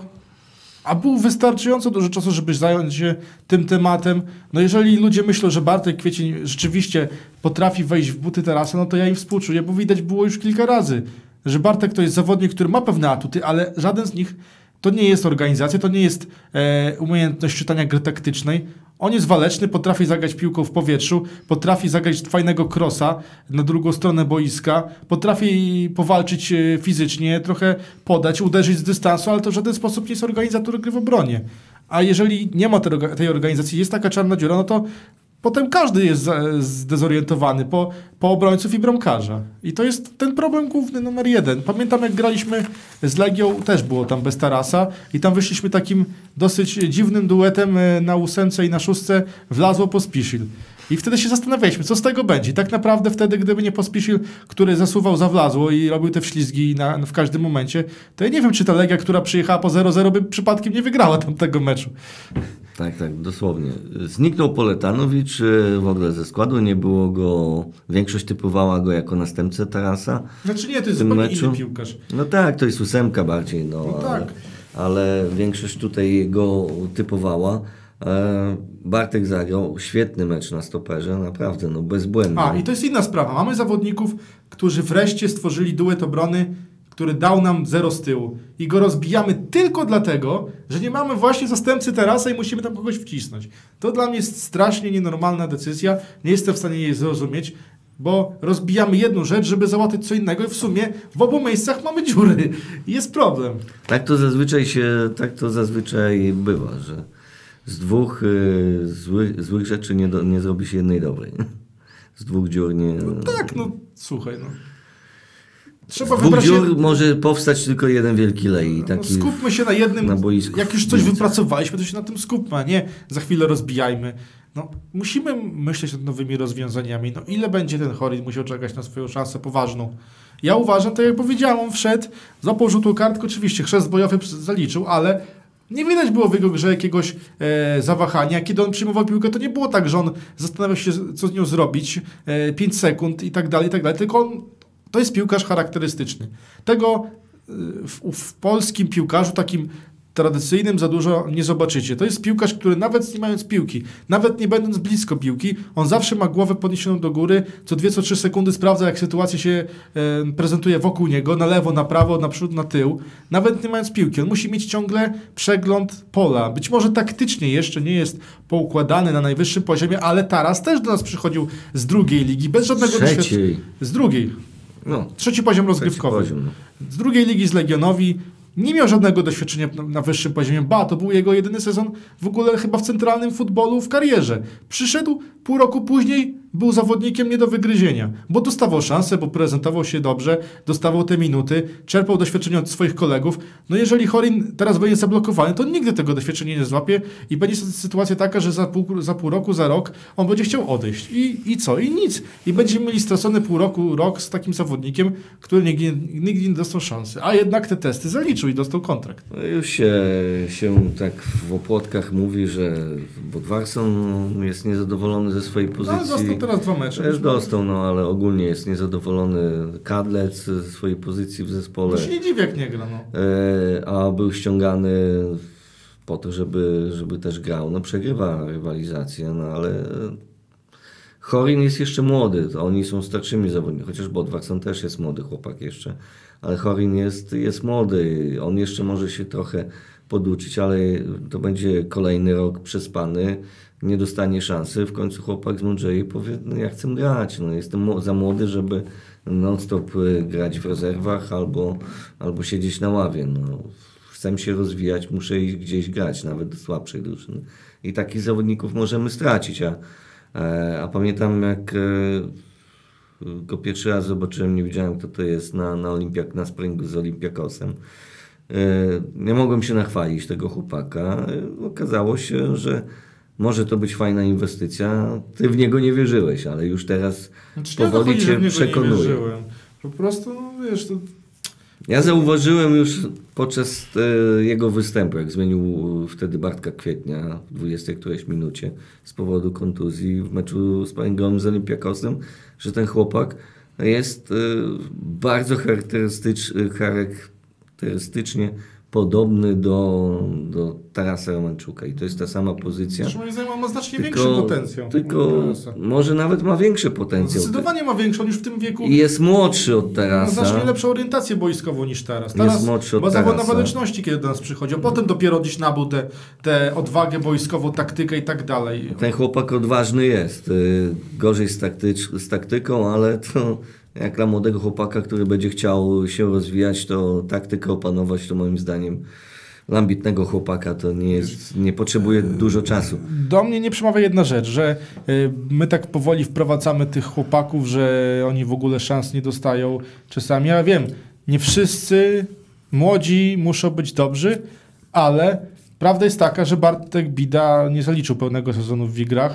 A był wystarczająco dużo czasu, żeby zająć się tym tematem. No jeżeli ludzie myślą, że Bartek Kwiecień rzeczywiście potrafi wejść w buty Tarasa, no to ja im współczuję, bo widać było już kilka razy, że Bartek to jest zawodnik, który ma pewne atuty, ale żaden z nich to nie jest organizacja, to nie jest e, umiejętność czytania gry taktycznej. On jest waleczny, potrafi zagrać piłką w powietrzu, potrafi zagrać fajnego krosa na drugą stronę boiska, potrafi powalczyć e, fizycznie, trochę podać, uderzyć z dystansu, ale to w żaden sposób nie jest organizator gry w obronie. A jeżeli nie ma tej, tej organizacji, jest taka czarna dziura, no to potem każdy jest zdezorientowany po, po obrońców i bramkarza. I to jest ten problem główny numer jeden. Pamiętam, jak graliśmy z Legią, też było tam bez Tarasa i tam wyszliśmy takim dosyć dziwnym duetem na ósemce i na szóstce wlazło Pospieszil. I wtedy się zastanawialiśmy, co z tego będzie. I tak naprawdę wtedy, gdyby nie Pospieszil, który zasuwał za wlazło i robił te wślizgi na, w każdym momencie, to ja nie wiem, czy ta Legia, która przyjechała po zero zero, by przypadkiem nie wygrała tamtego meczu. Tak, tak, dosłownie. Zniknął Poletanowicz, w ogóle ze składu nie było go, większość typowała go jako następcę Tarasa. Znaczy nie, to jest zupełnie inny piłkarz. No tak, to jest ósemka bardziej, no, no ale, tak. ale większość tutaj go typowała. Bartek zagrał świetny mecz na stoperze, naprawdę, no bezbłędny. A, i to jest inna sprawa. Mamy zawodników, którzy wreszcie stworzyli duet obrony, który dał nam zero z tyłu. I go rozbijamy tylko dlatego, że nie mamy właśnie zastępcy Tarasa i musimy tam kogoś wcisnąć. To dla mnie jest strasznie nienormalna decyzja. Nie jestem w stanie jej zrozumieć, bo rozbijamy jedną rzecz, żeby załatwić co innego i w sumie w obu miejscach mamy dziury. I jest problem. Tak to zazwyczaj się, tak to zazwyczaj bywa, że z dwóch y, złych, złych rzeczy nie, do, nie zrobi się jednej dobrej. Z dwóch dziur nie... No tak, no słuchaj, no. Trzeba z dwóch dziur jed... może powstać tylko jeden wielki lej. Taki no, skupmy się na jednym, na boisku. Jak już coś wypracowaliśmy, to się na tym skupmy, a nie za chwilę rozbijajmy. No, musimy myśleć nad nowymi rozwiązaniami. No, ile będzie ten Chorin musiał czekać na swoją szansę poważną? Ja uważam, tak jak powiedziałem, on wszedł, złapał żółtą kartkę, oczywiście chrzest bojowy zaliczył, ale nie widać było w jego grze jakiegoś e, zawahania. Kiedy on przyjmował piłkę, to nie było tak, że on zastanawiał się, co z nią zrobić, e, pięć sekund i tak dalej, i tak dalej, tylko on, to jest piłkarz charakterystyczny. Tego w, w polskim piłkarzu, takim tradycyjnym za dużo nie zobaczycie. To jest piłkarz, który nawet nie mając piłki, nawet nie będąc blisko piłki, on zawsze ma głowę podniesioną do góry, co dwie, co trzy sekundy sprawdza, jak sytuacja się e, prezentuje wokół niego, na lewo, na prawo, na przód, na tył, nawet nie mając piłki. On musi mieć ciągle przegląd pola. Być może taktycznie jeszcze nie jest poukładany na najwyższym poziomie, ale Taras też do nas przychodził z drugiej ligi, bez żadnego doświadczenia. Z drugiej. No, Trzeci poziom rozgrywkowy. Trzeci poziom, no. Z drugiej ligi z Legionowi. Nie miał żadnego doświadczenia na, na wyższym poziomie. Ba, to był jego jedyny sezon w ogóle chyba w centralnym futbolu w karierze. Przyszedł, pół roku później był zawodnikiem nie do wygryzienia, bo dostawał szansę, bo prezentował się dobrze, dostawał te minuty, czerpał doświadczenie od swoich kolegów. No jeżeli Chorin teraz będzie zablokowany, to nigdy tego doświadczenia nie złapie i będzie sytuacja taka, że za pół, za pół roku, za rok on będzie chciał odejść. I, i co? I nic. I będziemy mieli stracony pół roku, rok z takim zawodnikiem, który nigdy, nigdy nie dostał szansy. A jednak te testy zaliczył i dostał kontrakt. No już się, się tak w opłotkach mówi, że Bodvarsson jest niezadowolony ze swojej pozycji. No, dostał teraz dwa mecze. Też dostał, no ale ogólnie jest niezadowolony Kadlec ze swojej pozycji w zespole. To się nie dziwi, jak nie gra. No. E, a był ściągany po to, żeby, żeby też grał. No przegrywa rywalizację, no ale Chorin jest jeszcze młody. To oni są starszymi zawodnikami, chociaż Bodvarsson też jest młody chłopak jeszcze. Ale Chorin jest, jest młody. On jeszcze może się trochę poduczyć, ale to będzie kolejny rok przespany. Nie dostanie szansy, w końcu chłopak zmądrzeje i powie, no ja chcę grać, no jestem za młody, żeby non-stop grać w rezerwach albo, albo siedzieć na ławie. No, chcę się rozwijać, muszę iść gdzieś grać, nawet do słabszej drużyny. I takich zawodników możemy stracić, a, a pamiętam jak go pierwszy raz zobaczyłem, nie wiedziałem kto to jest, na, na, Olimpiak, na springu z Olympiakosem. Nie mogłem się nachwalić tego chłopaka. Okazało się, że może to być fajna inwestycja. Ty w niego nie wierzyłeś, ale już teraz znaczy, powoli cię przekonuję. Po prostu, no wiesz, to... Ja zauważyłem już podczas e, jego występu, jak zmienił wtedy Bartka Kwietnia w dwudziestej którejś minucie z powodu kontuzji w meczu sparingowym z Olympiakosem, że ten chłopak jest e, bardzo charakterystycz, charakterystycznie podobny do, do Tarasa Romanczuka i to jest ta sama pozycja. Zresztą moim zdaniem ma znacznie tylko, większy potencjał. Tylko może nawet ma większy potencjał. Zdecydowanie ma większy, on już w tym wieku... I jest młodszy od Tarasa. Ma znacznie lepszą orientację boiskową niż Taras. Taras jest młodszy od bazował Tarasa. na waleczności, kiedy do nas przychodził. Potem dopiero gdzieś nabył tę te odwagę boiskową, taktykę i tak dalej. Ten chłopak odważny jest. Gorzej z, taktycz, z taktyką, ale to... Jak dla młodego chłopaka, który będzie chciał się rozwijać, to taktykę opanować, to moim zdaniem dla ambitnego chłopaka to nie, jest, nie potrzebuje dużo czasu. Do mnie nie przemawia jedna rzecz, że my tak powoli wprowadzamy tych chłopaków, że oni w ogóle szans nie dostają czasami. Ja wiem, nie wszyscy młodzi muszą być dobrzy, ale prawda jest taka, że Bartek Bida nie zaliczył pełnego sezonu w Wigrach.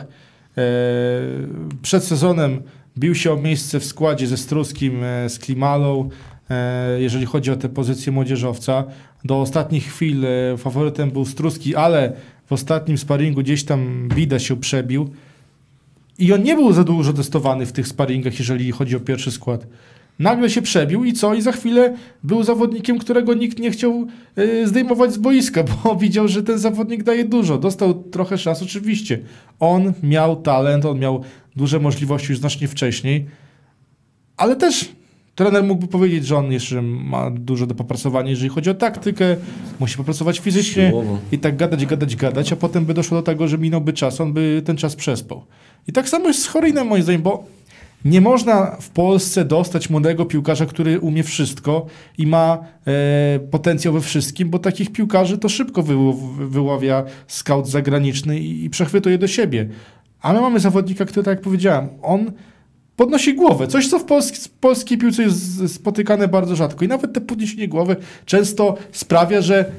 Przed sezonem bił się o miejsce w składzie ze Struskim, z Klimalą, jeżeli chodzi o tę pozycję młodzieżowca. Do ostatnich chwil faworytem był Struski, ale w ostatnim sparingu gdzieś tam Bida się przebił. I on nie był za dużo testowany w tych sparingach, jeżeli chodzi o pierwszy skład. Nagle się przebił i co? I za chwilę był zawodnikiem, którego nikt nie chciał y, zdejmować z boiska, bo widział, że ten zawodnik daje dużo. Dostał trochę szans, oczywiście. On miał talent, on miał duże możliwości już znacznie wcześniej, ale też trener mógłby powiedzieć, że on jeszcze ma dużo do popracowania, jeżeli chodzi o taktykę, musi popracować fizycznie Siłowo. I tak gadać, gadać, gadać, a potem by doszło do tego, że minąłby czas, on by ten czas przespał. I tak samo jest z Chorinem, moim zdaniem, bo nie można w Polsce dostać młodego piłkarza, który umie wszystko i ma e, potencjał we wszystkim, bo takich piłkarzy to szybko wy, wyławia scout zagraniczny i, i przechwytuje do siebie. A my mamy zawodnika, który, tak jak powiedziałem, on podnosi głowę. Coś, co w pols- polskiej piłce jest spotykane bardzo rzadko. I nawet te podniesienie głowy często sprawia, że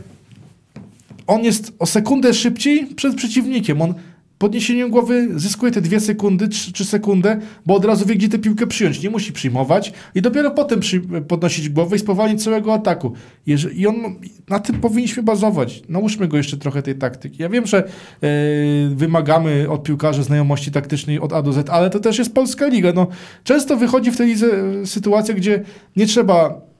on jest o sekundę szybciej przed przeciwnikiem. On podniesieniem głowy zyskuje te dwie sekundy, trzy, trzy sekundę, bo od razu wie, gdzie tę piłkę przyjąć. Nie musi przyjmować i dopiero potem przy, podnosić głowę i spowalniać całego ataku. Jeżeli, I on, na tym powinniśmy bazować. Nałóżmy go jeszcze trochę tej taktyki. Ja wiem, że yy, wymagamy od piłkarza znajomości taktycznej od A do Z, ale to też jest polska liga. No, często wychodzi w tej lidze sytuacja, gdzie nie trzeba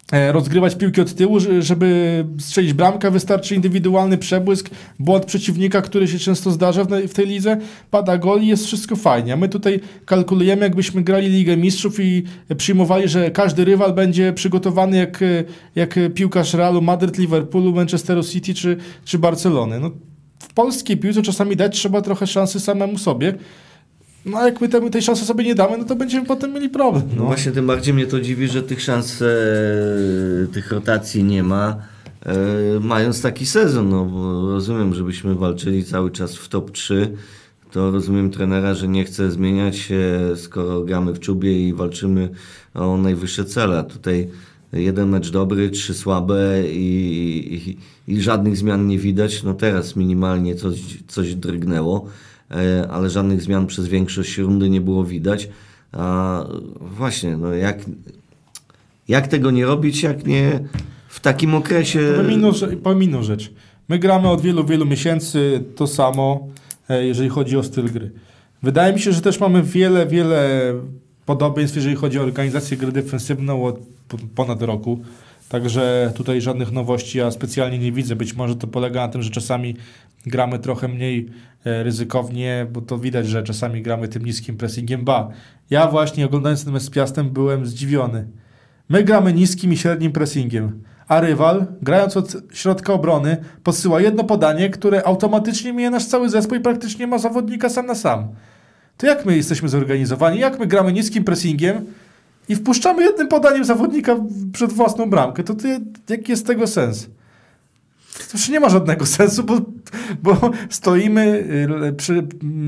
rozgrywać piłki od tyłu, żeby strzelić bramkę, wystarczy indywidualny przebłysk, błąd przeciwnika, który się często zdarza w tej lidze, pada gol i jest wszystko fajnie. A my tutaj kalkulujemy, jakbyśmy grali Ligę Mistrzów i przyjmowali, że każdy rywal będzie przygotowany jak, jak piłkarz Realu Madryt, Liverpoolu, Manchesteru City czy, czy Barcelony. No, w polskiej piłce czasami dać trzeba trochę szansy samemu sobie. No a jak my tej, tej szansy sobie nie damy, no to będziemy potem mieli problem. No, no właśnie, tym bardziej mnie to dziwi, że tych szans, e, tych rotacji nie ma, e, mając taki sezon. No, bo rozumiem, żebyśmy walczyli cały czas w top trzy, to rozumiem trenera, że nie chce zmieniać się, skoro gramy w czubie i walczymy o najwyższe cele. A tutaj jeden mecz dobry, trzy słabe i, i, i żadnych zmian nie widać. No teraz minimalnie coś, coś drgnęło, ale żadnych zmian przez większość rundy nie było widać. A właśnie, no jak, jak tego nie robić, jak nie w takim okresie... Pominął rzecz. My gramy od wielu, wielu miesięcy to samo, jeżeli chodzi o styl gry. Wydaje mi się, że też mamy wiele, wiele podobieństw, jeżeli chodzi o organizację gry defensywną od ponad roku. Także tutaj żadnych nowości ja specjalnie nie widzę. Być może to polega na tym, że czasami gramy trochę mniej ryzykownie, bo to widać, że czasami gramy tym niskim pressingiem. Ba, ja właśnie oglądając ten mecz z Piastem byłem zdziwiony. My gramy niskim i średnim pressingiem, a rywal, grając od środka obrony, posyła jedno podanie, które automatycznie mija nasz cały zespół i praktycznie ma zawodnika sam na sam. To jak my jesteśmy zorganizowani? Jak my gramy niskim pressingiem i wpuszczamy jednym podaniem zawodnika przed własną bramkę? To, to jaki jest tego sens? To już nie ma żadnego sensu, bo, bo stoimy, przy,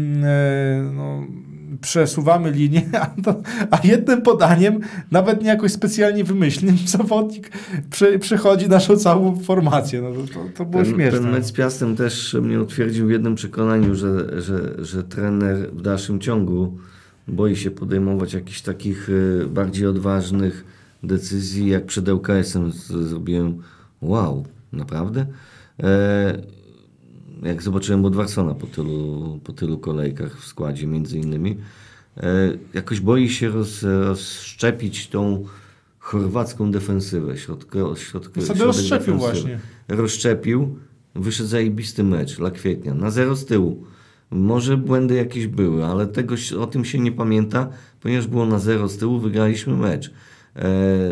no, przesuwamy linię, a, to, a jednym podaniem, nawet nie jakoś specjalnie wymyślnym, zawodnik przy, przychodzi naszą całą formację. No, to, to było ten, śmieszne. Ten mecz z Piastem też mnie utwierdził w jednym przekonaniu, że, że, że trener w dalszym ciągu boi się podejmować jakichś takich bardziej odważnych decyzji, jak przed L K S-em zrobiłem. Wow, naprawdę? E, jak zobaczyłem Bodwarsona po tylu, po tylu kolejkach w składzie między innymi, e, jakoś boi się roz, rozszczepić tą chorwacką defensywę. Środko, środko, sobie rozszczepił właśnie. Rozszczepił, wyszedł zajebisty mecz dla Kwietnia, na zero z tyłu. Może błędy jakieś były, ale tego, o tym się nie pamięta, ponieważ było na zero z tyłu, wygraliśmy mecz. E,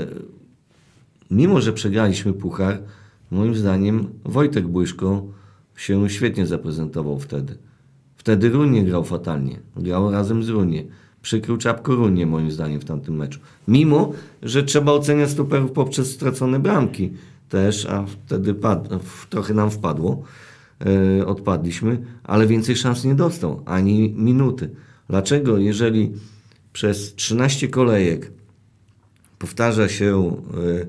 mimo, że przegraliśmy puchar, moim zdaniem Wojtek Błyszko się świetnie zaprezentował wtedy. Wtedy Runie grał fatalnie. Grał razem z Runie. Przykrył czapko Runie moim zdaniem w tamtym meczu. Mimo, że trzeba oceniać stoperów poprzez stracone bramki też, a wtedy pad, trochę nam wpadło. Yy, odpadliśmy, ale więcej szans nie dostał. Ani minuty. Dlaczego? Jeżeli przez trzynaście kolejek powtarza się yy,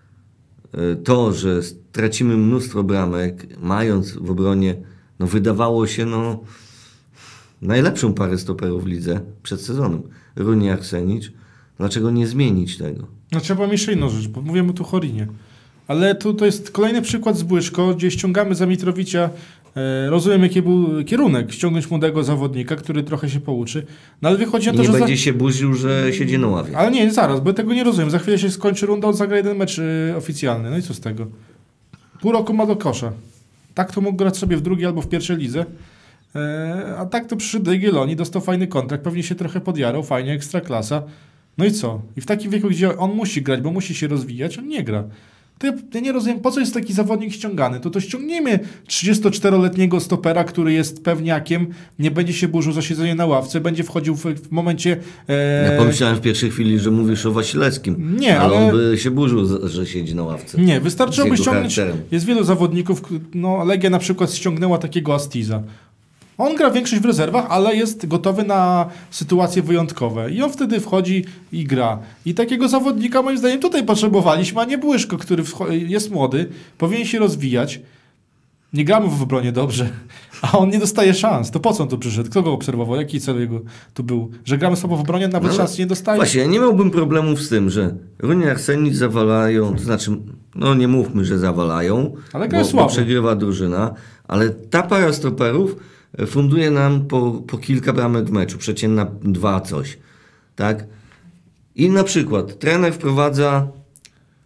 to, że tracimy mnóstwo bramek, mając w obronie, no wydawało się, no najlepszą parę stoperów w lidze przed sezonem. Runie, Arsenicz. Dlaczego nie zmienić tego? No trzeba mieć jeszcze inną rzecz, bo mówimy tu o Horinie. Ale tu to jest kolejny przykład z Błyszko, gdzie ściągamy za Mitrowicza. E, rozumiem, jaki był kierunek. Ściągnąć młodego zawodnika, który trochę się pouczy. No ale wychodzi na to, nie że... Nie będzie za... się burzył, że siedzi na ławie. Ale nie, zaraz, bo tego nie rozumiem. Za chwilę się skończy runda, on zagra jeden mecz y, oficjalny. No i co z tego? Pół roku ma do kosza. Tak to mógł grać sobie w drugiej albo w pierwszej lidze. E, a tak to przyszedł do Jagiellonii, dostał fajny kontrakt, pewnie się trochę podjarał, fajnie, ekstraklasa. No i co? I w takim wieku, gdzie on musi grać, bo musi się rozwijać, on nie gra. To ja, ja nie rozumiem, po co jest taki zawodnik ściągany. To to ściągniemy trzydziestoczteroletniego stopera, który jest pewniakiem, nie będzie się burzył za siedzenie na ławce, będzie wchodził w, w momencie... E... Ja pomyślałem w pierwszej chwili, że mówisz o Wasilewskim. Nie, ale... ale on by się burzył, że siedzi na ławce. Nie, wystarczyłoby ściągnąć... Charakterem. Jest wielu zawodników, no Legia na przykład ściągnęła takiego Astiza. On gra większość w rezerwach, ale jest gotowy na sytuacje wyjątkowe. I on wtedy wchodzi i gra. I takiego zawodnika moim zdaniem tutaj potrzebowaliśmy, a nie Błyszko, który jest młody, powinien się rozwijać. Nie gramy w obronie dobrze, a on nie dostaje szans. To po co on tu przyszedł? Kto go obserwował? Jaki cel jego tu był? Że gramy słabo w obronie, nawet no, szans nie dostaje? Właśnie, ja nie miałbym problemów z tym, że Runie, Arsenicz zawalają, to znaczy, no nie mówmy, że zawalają, ale bo, bo przegrywa drużyna, ale ta para stoperów funduje nam po, po kilka bramek w meczu, przeciętna dwa coś, tak? I na przykład trener wprowadza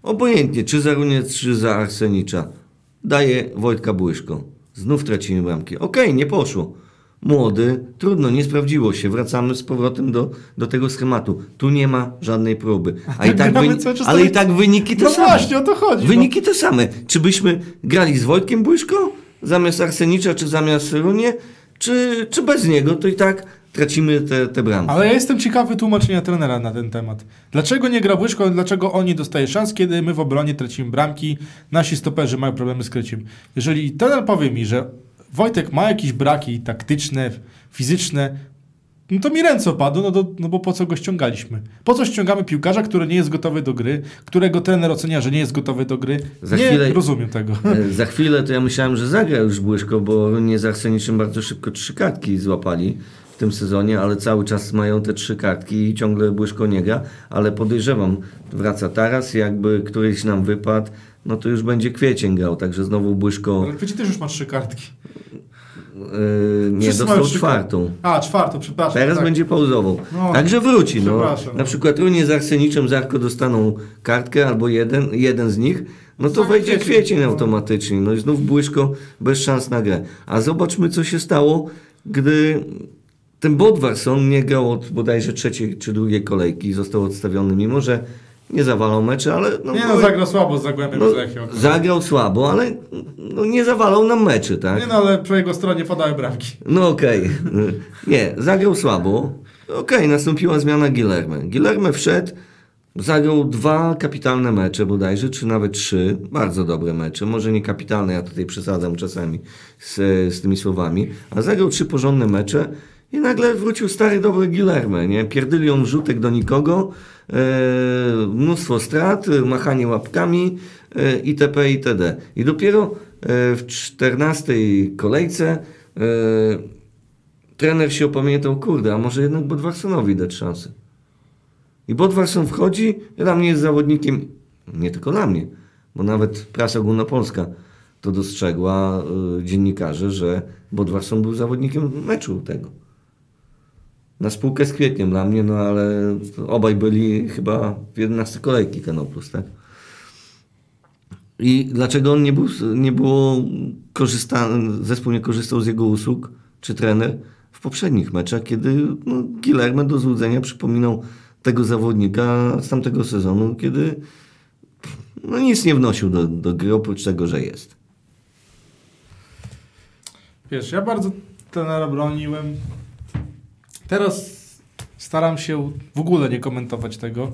Obojętnie, czy za Runiec, czy za Arsenicza. Daje Wojtka Błyszko. Znów tracimy bramki. Okej, okay, nie poszło. Młody, trudno, nie sprawdziło się. Wracamy z powrotem do, do tego schematu. Tu nie ma żadnej próby. A i tak wyni- ale i tak wyniki te no same. No właśnie, o to chodzi. Wyniki no. te same. Czy byśmy grali z Wojtkiem Błyszko zamiast Arsenicza, czy zamiast Runie, czy, czy bez niego, to i tak tracimy te, te bramki. Ale ja jestem ciekawy tłumaczenia trenera na ten temat. Dlaczego nie gra Błyszko, dlaczego on nie dostaje szans, kiedy my w obronie tracimy bramki, nasi stoperzy mają problemy z kryciem. Jeżeli trener powie mi, że Wojtek ma jakieś braki taktyczne, fizyczne, no to mi ręce opadły, no, do, no bo po co go ściągaliśmy? Po co ściągamy piłkarza, który nie jest gotowy do gry, którego trener ocenia, że nie jest gotowy do gry? Za nie chwilę, rozumiem tego. Za chwilę to ja myślałem, że zagra już Błyszko, bo nie z Arseniczem bardzo szybko trzy kartki złapali w tym sezonie, ale cały czas mają te trzy kartki i ciągle Błyszko nie gra, ale podejrzewam, wraca Taras, jakby któryś nam wypadł, no to już będzie Kwiecień grał, także znowu Błyszko... Ale Kwiecień też już ma trzy kartki. Yy, nie, Wszyscy dostał czwartą. A, czwartą, przepraszam. Teraz tak. będzie pauzował. No, Także wróci. No. Na przykład Runie z Arseniczem, Zarko dostaną kartkę albo jeden, jeden z nich, no to wejdzie Kwiecień automatycznie. No i znów Błyszko bez szans na grę. A zobaczmy, co się stało, gdy ten Bodvarsson nie grał od bodajże trzeciej czy drugiej kolejki i został odstawiony, mimo że nie zawalał mecze, ale... No, nie no, zagrał słabo z Zagłębiem no, Lechii. Zagrał słabo, ale no, nie zawalał nam meczy, tak? Nie no, ale po jego stronie padały bramki. No okej. Okay. Nie, zagrał słabo. Okej, okay, nastąpiła zmiana Guilherme. Guilherme wszedł, zagrał dwa kapitalne mecze bodajże, czy nawet trzy. Bardzo dobre mecze. Może nie kapitalne, ja tutaj przesadzam czasami z, z tymi słowami. A zagrał trzy porządne mecze i nagle wrócił stary, dobry Guilherme, nie? Pierdylion rzutek do nikogo, e, mnóstwo strat, machanie łapkami e, itp. itd. I dopiero e, w czternastej kolejce e, trener się opamiętał, kurde, a może jednak Bodvarssonowi dać szansę. I Bodvarsson wchodzi, dla mnie jest zawodnikiem, nie tylko dla mnie, bo nawet prasa ogólnopolska to dostrzegła, e, dziennikarze, że Bodvarsson był zawodnikiem meczu tego. Na spółkę z Kwietniem dla mnie, no ale obaj byli chyba w jedenastej kolejki Kanoplus, tak? I dlaczego on nie był, nie było korzysta, zespół nie korzystał z jego usług, czy trener, w poprzednich meczach, kiedy no, Guilherme do złudzenia przypominał tego zawodnika z tamtego sezonu, kiedy no, nic nie wnosił do, do gry, oprócz tego, że jest. Wiesz, ja bardzo trenera broniłem. Teraz staram się w ogóle nie komentować tego,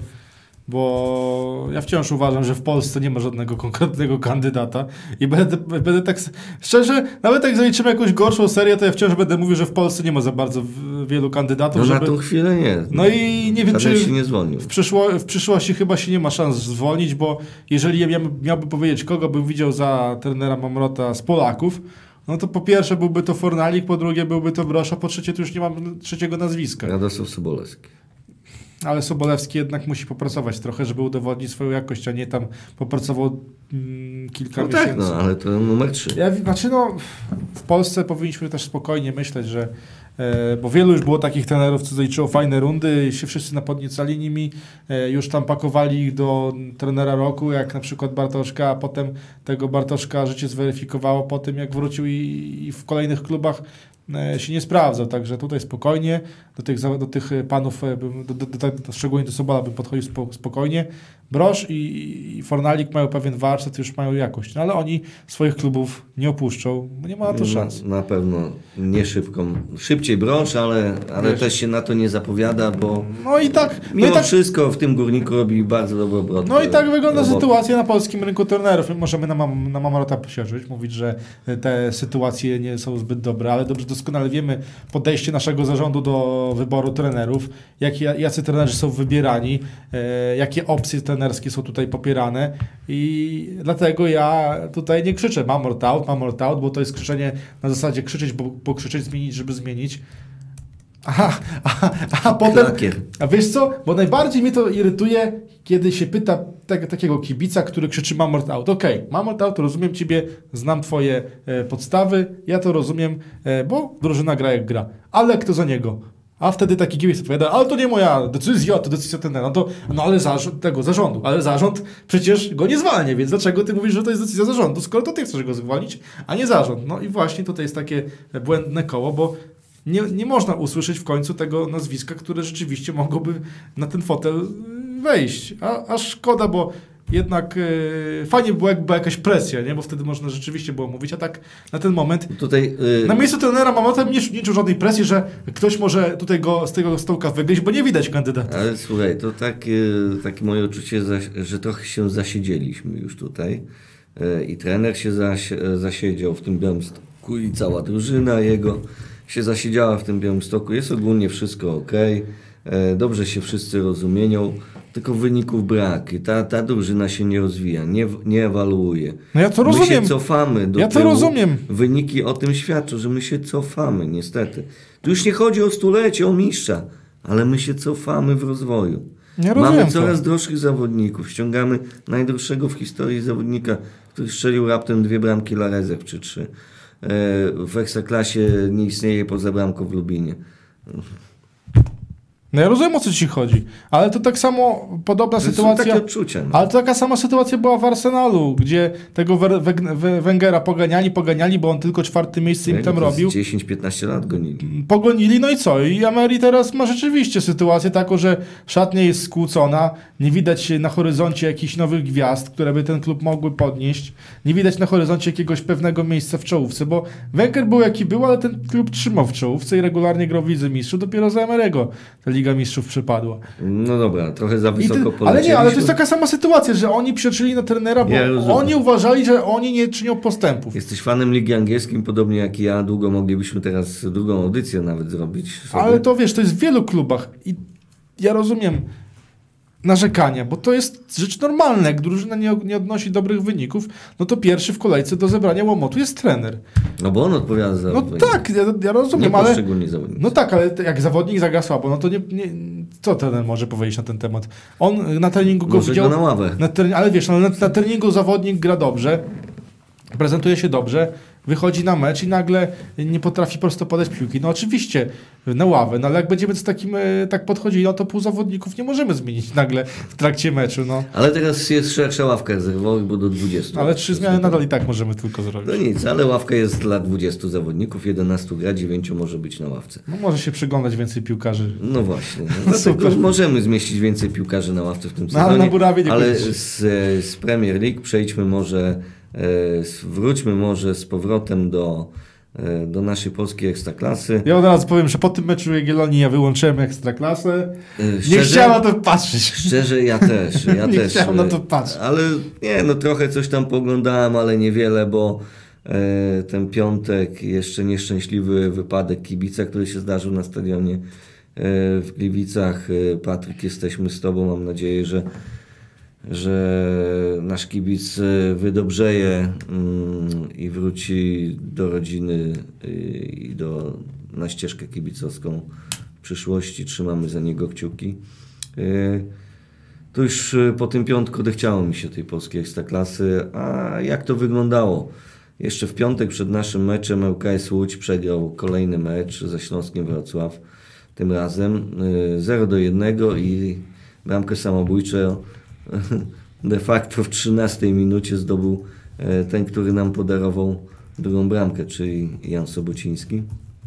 bo ja wciąż uważam, że w Polsce nie ma żadnego konkretnego kandydata i będę, będę tak, szczerze, nawet jak zaliczymy jakąś gorszą serię, to ja wciąż będę mówił, że w Polsce nie ma za bardzo wielu kandydatów. No żeby... na tą chwilę nie. No i nie wiem, Żaden czy się nie zwolnił. W, przyszło, w przyszłości chyba się nie ma szans zwolnić, bo jeżeli ja miałbym powiedzieć, kogo bym widział za trenera Mamrota z Polaków, no to po pierwsze byłby to Fornalik, po drugie byłby to Brosz, a po trzecie to już nie mam trzeciego nazwiska. Radosław Sobolewski. Ale Sobolewski jednak musi popracować trochę, żeby udowodnić swoją jakość, a nie tam popracował mm, kilka no miesięcy. Tak, no ale to numer trzy. Ja, znaczy no, w Polsce powinniśmy też spokojnie myśleć, że e, bo wielu już było takich trenerów, co zaliczyło fajne rundy i się wszyscy napodniecali nimi, e, już tam pakowali ich do trenera roku, jak na przykład Bartoszka, a potem tego Bartoszka życie zweryfikowało po tym, jak wrócił i, i w kolejnych klubach się nie sprawdzał, także tutaj spokojnie do tych, do tych panów, do, do, do, do, szczególnie do Sobola bym podchodził spo, spokojnie. Brosz i, i Fornalik mają pewien warsztat, już mają jakość, no ale oni swoich klubów nie opuszczą, bo nie ma na to szans. Na, na pewno nie szybką, szybciej Brosz, ale, ale też się na to nie zapowiada, bo no i tak, mimo no i tak, wszystko w tym Górniku robi bardzo dobry obrot. No i tak wygląda roboty. sytuacja na polskim rynku trenerów. My możemy na, mam, na Mamrota posiedzieć, mówić, że te sytuacje nie są zbyt dobre, ale dobrze doskonale wiemy podejście naszego zarządu do wyboru trenerów, jak, jacy trenerzy są wybierani, e, jakie opcje trenerskie są tutaj popierane i dlatego ja tutaj nie krzyczę Mamrot out, Mamrot out, bo to jest krzyczenie na zasadzie krzyczeć, bo, bo krzyczeć, zmienić, żeby zmienić. A, a, a potem, a wiesz co, bo najbardziej mnie to irytuje, kiedy się pyta tak, takiego kibica, który krzyczy Mamrot out. Okej, okay, Mamrot out, rozumiem ciebie, znam twoje e, podstawy, ja to rozumiem, e, bo drużyna gra jak gra. Ale kto za niego? A wtedy taki kibic odpowiada, ale to nie moja decyzja, to decyzja trenera. No to, no ale zarząd tego zarządu, ale zarząd przecież go nie zwalnia, więc dlaczego ty mówisz, że to jest decyzja zarządu, skoro to ty chcesz go zwolnić, a nie zarząd. No i właśnie tutaj jest takie błędne koło, bo nie, nie można usłyszeć w końcu tego nazwiska, które rzeczywiście mogłoby na ten fotel wejść. A, a szkoda, bo jednak yy, fajnie by była, jakby była jakaś presja, nie? Bo wtedy można rzeczywiście było mówić, a tak na ten moment Tutaj, yy... na miejscu trenera Mamotem nie, nie czuł żadnej presji, że ktoś może tutaj go z tego stołka wygryźć, bo nie widać kandydata. Ale słuchaj, to takie, takie moje uczucie, że trochę się zasiedzieliśmy już tutaj yy, i trener się zaś, zasiedział w tym Białymstoku i cała drużyna jego się zasiedziała w tym Białymstoku. Jest ogólnie wszystko ok, yy, dobrze się wszyscy rozumieją, tylko wyników brak i ta, ta drużyna się nie rozwija, nie, nie ewaluuje. No ja to rozumiem. My się cofamy do Ja to tyłu. rozumiem. Wyniki o tym świadczą, że my się cofamy, niestety. Tu już nie chodzi o stulecie, o mistrza, ale my się cofamy w rozwoju. Ja rozumiem Mamy to. coraz droższych zawodników. Ściągamy najdroższego w historii zawodnika, który strzelił raptem dwie bramki dla rezerw czy trzy. W Ekstraklasie nie istnieje poza bramką w Lubinie. No ja rozumiem, o co ci chodzi, ale to tak samo podobna To są sytuacja. takie odczucia. No. Ale to taka sama sytuacja była w Arsenalu, gdzie tego Wer- Weg- Wę- Węgera poganiali, poganiali, bo on tylko czwarte miejsce im tam to robił. dziesięć piętnaście lat gonili. Pogonili, no i co? I Emery teraz ma rzeczywiście sytuację taką, że szatnia jest skłócona, nie widać na horyzoncie jakichś nowych gwiazd, które by ten klub mogły podnieść, nie widać na horyzoncie jakiegoś pewnego miejsca w czołówce, bo Wenger był jaki był, ale ten klub trzymał w czołówce i regularnie grał w Lidze Mistrzów, dopiero za Emery'ego ta Liga Mistrzów przypadła. No dobra, trochę za I wysoko ty, polecieliśmy. ale nie, ale to jest taka sama sytuacja, że oni przeczyli na trenera, bo Ja rozumiem. oni uważali, że oni nie czynią postępów. Jesteś fanem Ligi Angielskiej, podobnie jak ja. Długo moglibyśmy teraz drugą audycję nawet zrobić sobie. Ale to wiesz, to jest w wielu klubach i ja rozumiem narzekania, bo to jest rzecz normalna. Jak drużyna nie, nie odnosi dobrych wyników, no to pierwszy w kolejce do zebrania łomotu jest trener. No bo on odpowiada za No wyniki. tak, ja, ja rozumiem, Nie ale... poszczególni zawodnicy. No tak, ale jak zawodnik zagra słabo, no to nie, nie, co trener może powiedzieć na ten temat? On na treningu go Może widział... go na ławę. Na trening, ale wiesz, no, na, na treningu zawodnik gra dobrze, prezentuje się dobrze, wychodzi na mecz i nagle nie potrafi prosto podać piłki. No oczywiście na ławę, no ale jak będziemy z takim e, tak podchodzili, no to pół zawodników nie możemy zmienić nagle w trakcie meczu. No. Ale teraz jest szersza ławka rezerwowych, bo do dwudziestu. Ale trzy zmiany nadal i tak możemy tylko zrobić. No nic, ale ławka jest dla dwudziestu zawodników, jedenastu gra, dziewięciu może być na ławce. No może się przyglądać więcej piłkarzy. No właśnie. No, dlatego możemy zmieścić więcej piłkarzy na ławce w tym No, sezonie. ale na Burawie nie Ale koniecznie. z, z Premier League przejdźmy może, e, wróćmy może z powrotem do, e, do naszej polskiej ekstraklasy. Ja od razu powiem, że po tym meczu Jagiellonii ja wyłączyłem Ekstraklasę. E, Nie szczerze- chciałem na to patrzeć. Szczerze, ja też. Ja Nie też. chciałem na e, to patrzeć. Ale nie, no trochę coś tam poglądałem, ale niewiele, bo e, ten piątek jeszcze nieszczęśliwy wypadek kibica, który się zdarzył na stadionie e, w Gliwicach. E, Patryk, jesteśmy z Tobą. Mam nadzieję, że, że nasz kibic e, wydobrzeje mm, i wróci do rodziny e, i do, na ścieżkę kibicowską w przyszłości. Trzymamy za niego kciuki. E, To już po tym piątku odechciało mi się tej polskiej ekstraklasy. A jak to wyglądało? Jeszcze w piątek przed naszym meczem L K S Łódź przegrał kolejny mecz ze Śląskiem Wrocław. Tym razem zero do jednego i bramkę samobójczą de facto w trzynastej minucie zdobył ten, który nam podarował drugą bramkę, czyli Jan Sobociński.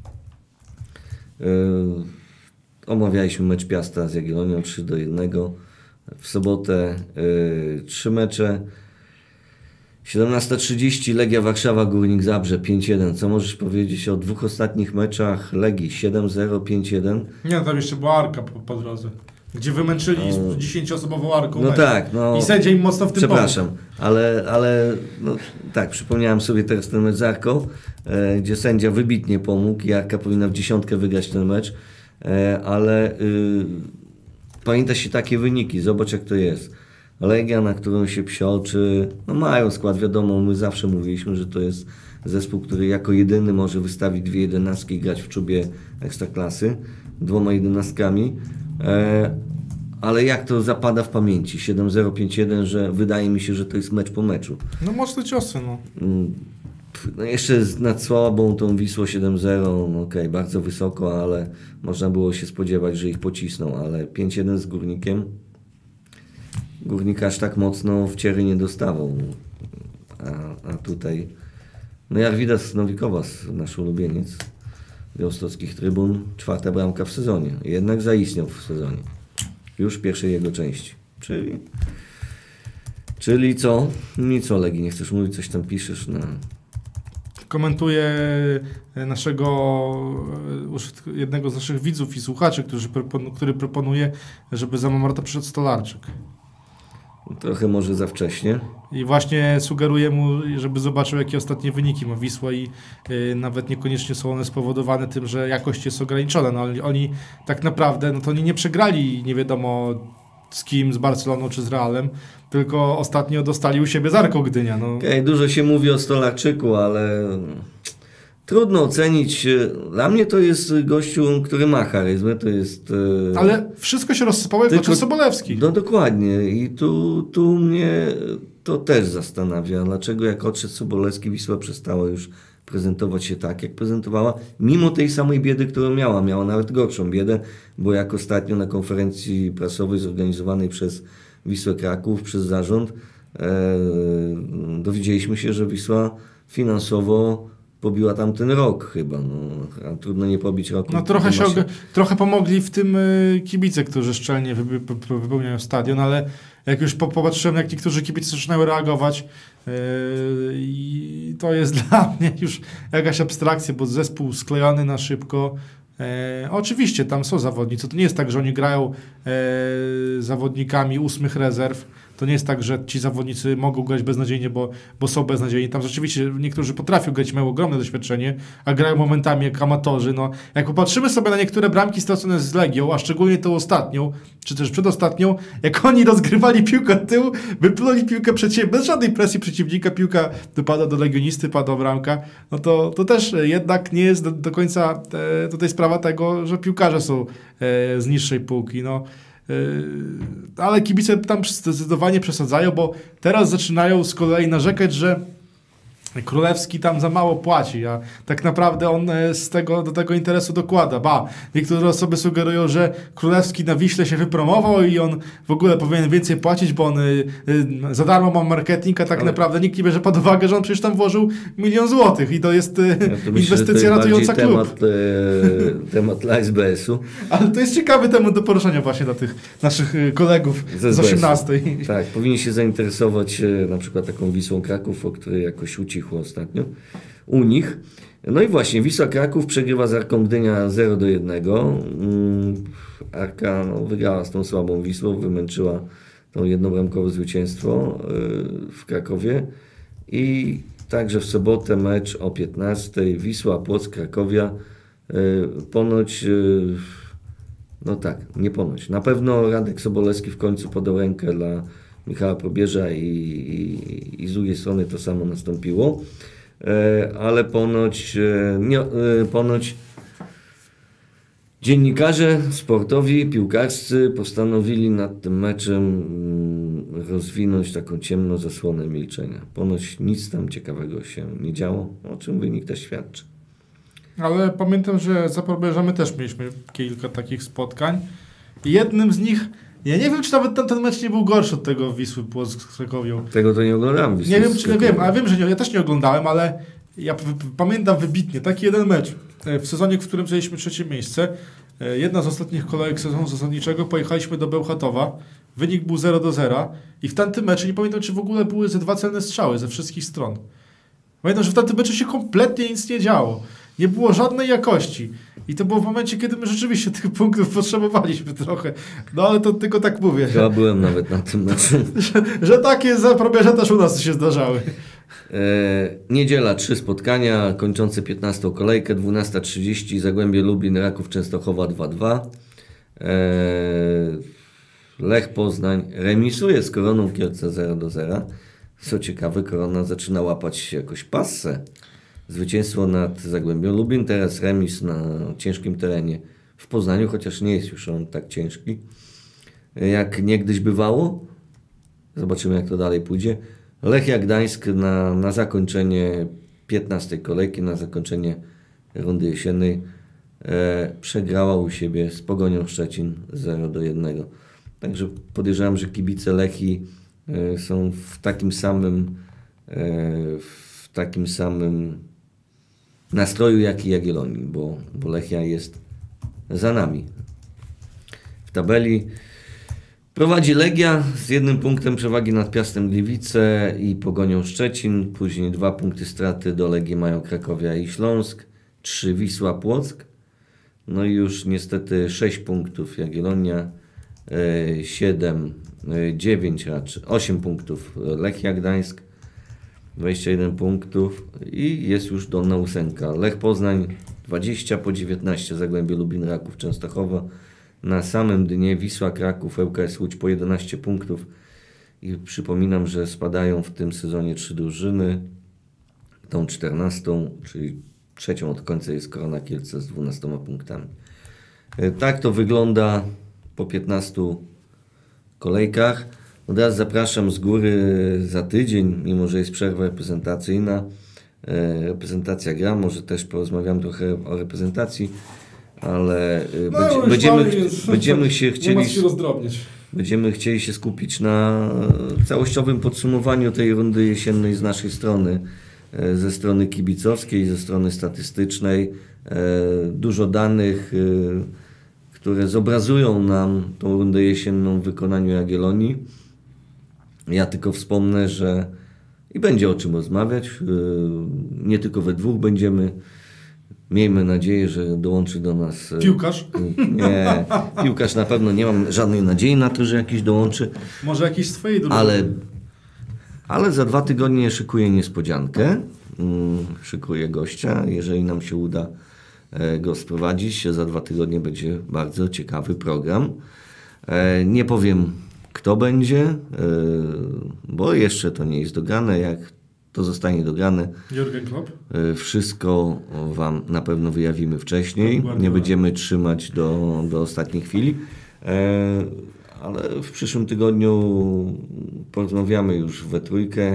Omawialiśmy mecz Piasta z Jagiellonią trzy do jednego. W sobotę y, trzy mecze. siedemnasta trzydzieści Legia Warszawa, Górnik Zabrze pięć jeden. Co możesz powiedzieć o dwóch ostatnich meczach Legii? siedem zero, pięć jeden. Nie, tam jeszcze była Arka po, po drodze, gdzie wymęczyli z dziesięcioosobową Arką No mecz. tak, no. I sędzia im mocno w tym Przepraszam, ale, ale no, tak, przypomniałem sobie teraz ten mecz z Arką, e, gdzie sędzia wybitnie pomógł i Arka powinna w dziesiątkę wygrać ten mecz, e, ale y, pamięta się takie wyniki, zobacz jak to jest. Legia, na którą się psioczy, no mają skład, wiadomo, my zawsze mówiliśmy, że to jest zespół, który jako jedyny może wystawić dwie jedenastki i grać w czubie ekstraklasy, dwoma jedenastkami, e, ale jak to zapada w pamięci, siedem zero, pięć jeden, że wydaje mi się, że to jest mecz po meczu. No mocne ciosy, no. No jeszcze z- nad słabą tą Wisłą siedem zero, no okej, bardzo wysoko, ale można było się spodziewać, że ich pocisną, ale pięć jeden z Górnikiem. Górnik aż tak mocno wciery nie dostawał. A, a tutaj, no jak widać z Nowikowas, nasz ulubieniec białostockich trybun, czwarta bramka w sezonie. Jednak zaistniał w sezonie. Już w pierwszej jego części. Czyli, czyli co? Nic o Legii, nie chcesz mówić, coś tam piszesz na... Komentuję naszego, jednego z naszych widzów i słuchaczy, którzy propon- który proponuje, żeby za Mamarta przyszedł Stolarczyk. Trochę może za wcześnie. I właśnie sugeruję mu, żeby zobaczył, jakie ostatnie wyniki ma Wisła i y, nawet niekoniecznie są one spowodowane tym, że jakość jest ograniczona. No, ale oni tak naprawdę, no to oni nie przegrali nie wiadomo z kim, z Barceloną czy z Realem, tylko ostatnio dostali u siebie z Arką Gdynia. No. Okay, dużo się mówi o Stolarczyku, ale trudno ocenić. Dla mnie to jest gościu, który ma charyzmę, to jest... Ale wszystko się rozsypało, jak Tylko... Sobolewski. No dokładnie i tu, tu mnie to też zastanawia, dlaczego jak odszedł Sobolewski, Wisła przestała już prezentować się tak, jak prezentowała, mimo tej samej biedy, którą miała. Miała nawet gorszą biedę, bo jak ostatnio na konferencji prasowej zorganizowanej przez Wisłę Kraków, przez zarząd, e, dowiedzieliśmy się, że Wisła finansowo pobiła tamten rok chyba. No, a trudno nie pobić roku. No trochę, się, się... trochę pomogli w tym y, kibice, którzy szczelnie wy, wy, wy, wypełniają stadion, ale jak już po, popatrzyłem, jak niektórzy kibice zaczynają reagować, yy, i to jest dla mnie już jakaś abstrakcja, bo zespół sklejony na szybko. E, oczywiście tam są zawodnicy. To nie jest tak, że oni grają e, zawodnikami ósmych rezerw. To nie jest tak, że ci zawodnicy mogą grać beznadziejnie, bo, bo są beznadziejni. Tam rzeczywiście niektórzy potrafią grać, mają ogromne doświadczenie, a grają momentami jak amatorzy. No, jak popatrzymy sobie na niektóre bramki stracone z Legią, a szczególnie tą ostatnią, czy też przedostatnią, jak oni rozgrywali piłkę od tyłu, wypluli piłkę przed siebie, bez żadnej presji przeciwnika, piłka dopada do legionisty, pada bramka, no to, to też jednak nie jest do, do końca e, tutaj sprawa tego, że piłkarze są e, z niższej półki. No. Ale kibice tam zdecydowanie przesadzają, bo teraz zaczynają z kolei narzekać, że Królewski tam za mało płaci, a tak naprawdę on z tego, do tego interesu dokłada. Ba, niektóre osoby sugerują, że Królewski na Wiśle się wypromował i on w ogóle powinien więcej płacić, bo on y, y, za darmo ma marketing, a tak Ale... naprawdę nikt nie bierze pod uwagę, że on przecież tam włożył milion złotych i to jest y, ja to inwestycja myślę, ratująca klub. Temat, e, temat dla S B S-u. Ale to jest ciekawy temat do poruszenia właśnie dla tych naszych kolegów z, z osiemnastej. Tak, powinni się zainteresować e, na przykład taką Wisłą Kraków, o której jakoś ucichło ostatnio u nich. No i właśnie, Wisła Kraków przegrywa z Arką Gdynia zero do jednego. Arka no, wygrała z tą słabą Wisłą, wymęczyła to jednobramkowe zwycięstwo w Krakowie. I także w sobotę mecz o piętnastej Wisła Płock Krakowia. Ponoć, no tak, nie ponoć. Na pewno Radek Sobolewski w końcu podał rękę dla Michała Probierza i, i, i z drugiej strony to samo nastąpiło, e, ale ponoć, e, nie, e, ponoć dziennikarze sportowi, piłkarscy postanowili nad tym meczem mm, rozwinąć taką ciemną zasłonę milczenia. Ponoć nic tam ciekawego się nie działo, o czym wynik też świadczy. Ale pamiętam, że za Probierza my też mieliśmy kilka takich spotkań i jednym z nich ja nie wiem, czy nawet ten, ten mecz nie był gorszy od tego Wisły Płock z Krakowią. Tego to nie oglądałem. Wisły nie wiem, czy nie wiem, ale wiem, że nie, ja też nie oglądałem, ale ja p- p- pamiętam wybitnie taki jeden mecz w sezonie, w którym zajęliśmy trzecie miejsce. Jedna z ostatnich kolejek sezonu zasadniczego pojechaliśmy do Bełchatowa. Wynik był zero do zera i w tamtym meczu nie pamiętam, czy w ogóle były ze dwa celne strzały ze wszystkich stron. Pamiętam, że w tamtym meczu się kompletnie nic nie działo. Nie było żadnej jakości. I to było w momencie, kiedy my rzeczywiście tych punktów potrzebowaliśmy trochę. No ale to tylko tak mówię. Ja byłem nawet na tym meczu. Że, że takie zaprobierze też u nas się zdarzały. E, niedziela, trzy spotkania, kończące piętnastą kolejkę, dwunasta trzydzieści, Zagłębie Lublin, Raków Częstochowa dwa dwa. E, Lech Poznań remisuje z Koroną Kielce zero do zera. Co ciekawe, Korona zaczyna łapać jakoś passę. Zwycięstwo nad Zagłębią Lubin, teraz remis na ciężkim terenie w Poznaniu, chociaż nie jest już on tak ciężki, jak niegdyś bywało. Zobaczymy, jak to dalej pójdzie. Lechia Gdańsk na, na zakończenie piętnastej kolejki na zakończenie rundy jesiennej e, przegrała u siebie z Pogonią Szczecin zero do jednego. Także podejrzewam, że kibice Lechii e, są w takim samym e, w takim samym nastroju jak i Jagiellonii, bo, bo Lechia jest za nami. W tabeli prowadzi Legia z jednym punktem przewagi nad Piastem Gliwice i Pogonią Szczecin. Później dwa punkty straty do Legii mają Krakowia i Śląsk. Trzy Wisła Płock. No i już niestety sześć punktów Jagiellonia. siedem, dziewięć raczej, osiem punktów Lechia Gdańsk. dwadzieścia jeden punktów i jest już dolna ósemka. Lech Poznań dwadzieścia po dziewiętnaście, Zagłębie Lubin, Raków Częstochowa. Na samym dnie Wisła Kraków, ŁKS Łódź po jedenaście punktów i przypominam, że spadają w tym sezonie trzy drużyny. Tą czternastą, czyli trzecią od końca jest Korona Kielce z dwunastoma punktami. Tak to wygląda po piętnastu kolejkach. Od razu zapraszam z góry za tydzień, mimo że jest przerwa reprezentacyjna. Reprezentacja gra, może też porozmawiam trochę o reprezentacji, ale No, będzie, już będziemy, mamy, więc będziemy się chcieli nie ma się rozdrobniać. będziemy chcieli się skupić na całościowym podsumowaniu tej rundy jesiennej z naszej strony, ze strony kibicowskiej, ze strony statystycznej. Dużo danych, które zobrazują nam tą rundę jesienną w wykonaniu Jagiellonii. Ja tylko wspomnę, że i będzie o czym rozmawiać. Nie tylko we dwóch będziemy. Miejmy nadzieję, że dołączy do nas... Piłkarz? Nie, piłkarz na pewno nie mam żadnej nadziei na to, że jakiś dołączy. Może jakiś z twojej drużyny. Ale, ale za dwa tygodnie szykuję niespodziankę. Szykuję gościa. Jeżeli nam się uda go sprowadzić, za dwa tygodnie będzie bardzo ciekawy program. Nie powiem, kto będzie, bo jeszcze to nie jest dograne. Jak to zostanie dograne, Jurgen Klopp? wszystko wam na pewno wyjawimy wcześniej. Nie będziemy trzymać do, do ostatniej chwili. Ale w przyszłym tygodniu porozmawiamy już we trójkę,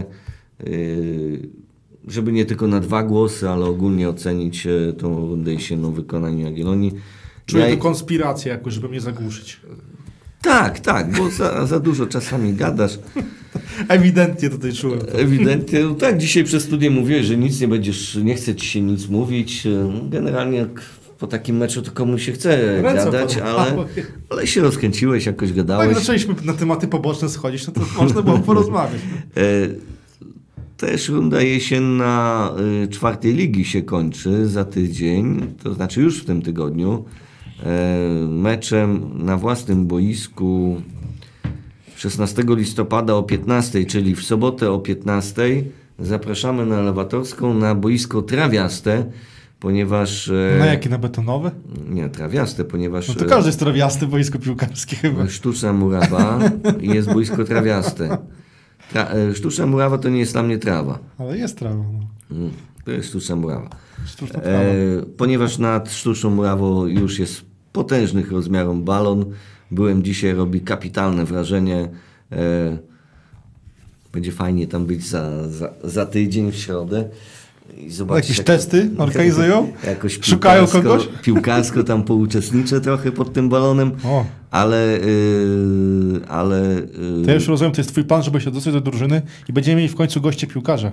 żeby nie tylko na dwa głosy, ale ogólnie ocenić tą rundę jesienną w wykonaniu Jagiellonii. Czuję ja... tu konspirację jakoś, żeby mnie zagłuszyć. Tak, tak, bo za, za dużo czasami gadasz. Ewidentnie tutaj czułem. Ewidentnie. No tak, dzisiaj przez studię mówiłeś, że nic nie będziesz, nie chce ci się nic mówić. Generalnie jak po takim meczu to komu się chce Ręce gadać, ale, ale się rozkręciłeś, jakoś gadałeś. Jak zaczęliśmy na tematy poboczne schodzić, no to można było porozmawiać. E, też runda jesienna y, czwartej ligi się kończy za tydzień, to znaczy już w tym tygodniu. E, meczem na własnym boisku szesnastego listopada o piętnastej, czyli w sobotę o piętnastej zapraszamy na Elewatorską na boisko trawiaste, ponieważ... E, Na jakie? Na betonowe? Nie, trawiaste, ponieważ... No to każdy jest trawiasty, boisko piłkarskie chyba. Sztuczna murawa i jest boisko trawiaste. Tra, sztuczna murawa to nie jest dla mnie trawa. Ale jest trawa. No. To jest sztuczna murawa. Sztuczna trawa. E, ponieważ nad sztuczną murawą już jest potężnych rozmiarów balon. Byłem dzisiaj, robi kapitalne wrażenie. E, będzie fajnie tam być za, za, za tydzień w środę. I zobaczyć, Jakieś jak, testy organizują? Jakoś Szukają kogoś? Piłkarsko tam pouczestniczę trochę pod tym balonem. O. Ale... Yy, ale yy, To ja już rozumiem, to jest twój plan, żeby się dostać do drużyny i będziemy mieli w końcu goście piłkarza.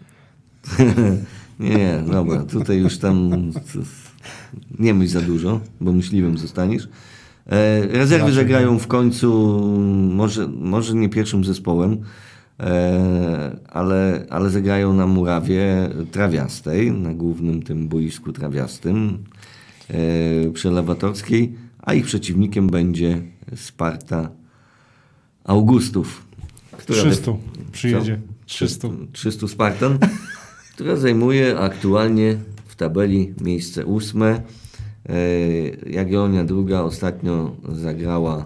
nie, nie, dobra, tutaj już tam nie myśl za dużo, bo myśliwym zostaniesz. E, rezerwy Raczej zagrają w końcu, może, może nie pierwszym zespołem, e, ale, ale zagrają na murawie trawiastej, na głównym tym boisku trawiastym e, przy Elewatorskiej, a ich przeciwnikiem będzie Sparta Augustów. która trzystu przyjedzie. Co? trzystu. trzystu Spartan, która zajmuje aktualnie w tabeli miejsce ósme. Jagiellonia druga ostatnio zagrała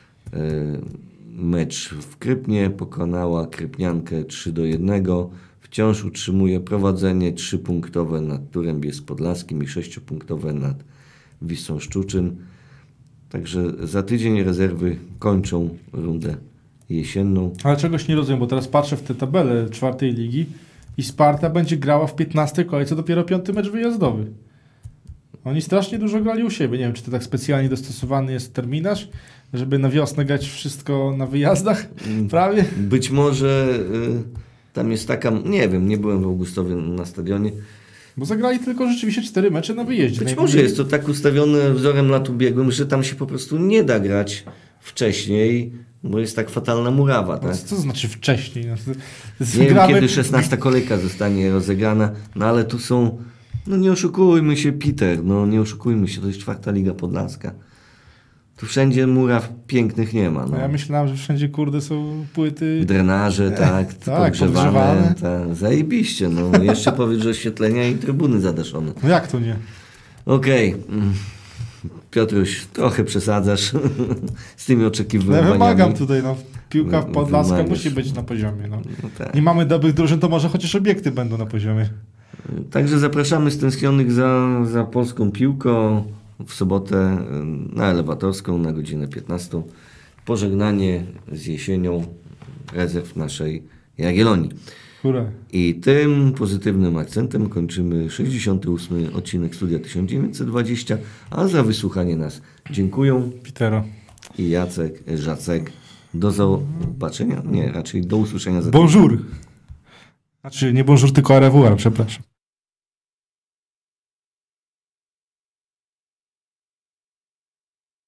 mecz w Krypnie, pokonała Krypniankę trzy do jednego. Wciąż utrzymuje prowadzenie trzypunktowe nad Turem Bielsk-Podlaskim i sześciopunktowe nad Wisłą Szczuczyn. Także za tydzień rezerwy kończą rundę jesienną. Ale czegoś nie rozumiem, bo teraz patrzę w tę tabelę czwartej ligi i Sparta będzie grała w piętnastej kolejce dopiero piąty mecz wyjazdowy. Oni strasznie dużo grali u siebie. Nie wiem, czy to tak specjalnie dostosowany jest terminarz, żeby na wiosnę grać wszystko na wyjazdach prawie. Być może y, tam jest taka, nie wiem, nie byłem w Augustowie na stadionie. Bo zagrali tylko rzeczywiście cztery mecze na wyjeździe. Być Najmniej... może jest to tak ustawione wzorem lat ubiegłym, że tam się po prostu nie da grać wcześniej, bo jest tak fatalna murawa. Tak? Co to znaczy wcześniej? No, to, to nie gramy... wiem, kiedy szesnasta kolejka zostanie rozegrana, no ale tu są, no nie oszukujmy się, Peter, no nie oszukujmy się, to jest czwarta Liga Podlaska. Tu wszędzie muraw pięknych nie ma. No. No ja myślałem, że wszędzie, kurde, są płyty... Drenaże, tak, tak, podgrzewane. podgrzewane. Tak, zajebiście, no. Jeszcze powiedz, że oświetlenia i trybuny zadaszone. No jak to nie? Okej. Okay. Piotruś, trochę przesadzasz z tymi oczekiwaniami. Ja wymagam tutaj, no. Piłka Podlaska Wymagasz. musi być na poziomie. No. No tak. Nie mamy dobrych drużyn, to może chociaż obiekty będą na poziomie. Także zapraszamy stęsknionych za, za polską piłką w sobotę na Elewatorską na godzinę piętnastą. Pożegnanie z jesienią rezerw naszej Jagiellonii. Hurra. I tym pozytywnym akcentem kończymy sześćdziesiąty ósmy odcinek Studia tysiąc dziewięćset dwadzieścia, a za wysłuchanie nas dziękują Pitero. i Jacek, Żacek. Do zobaczenia? Nie, raczej do usłyszenia za Bonjour. Znaczy nie bonjour, tylko au revoir, przepraszam.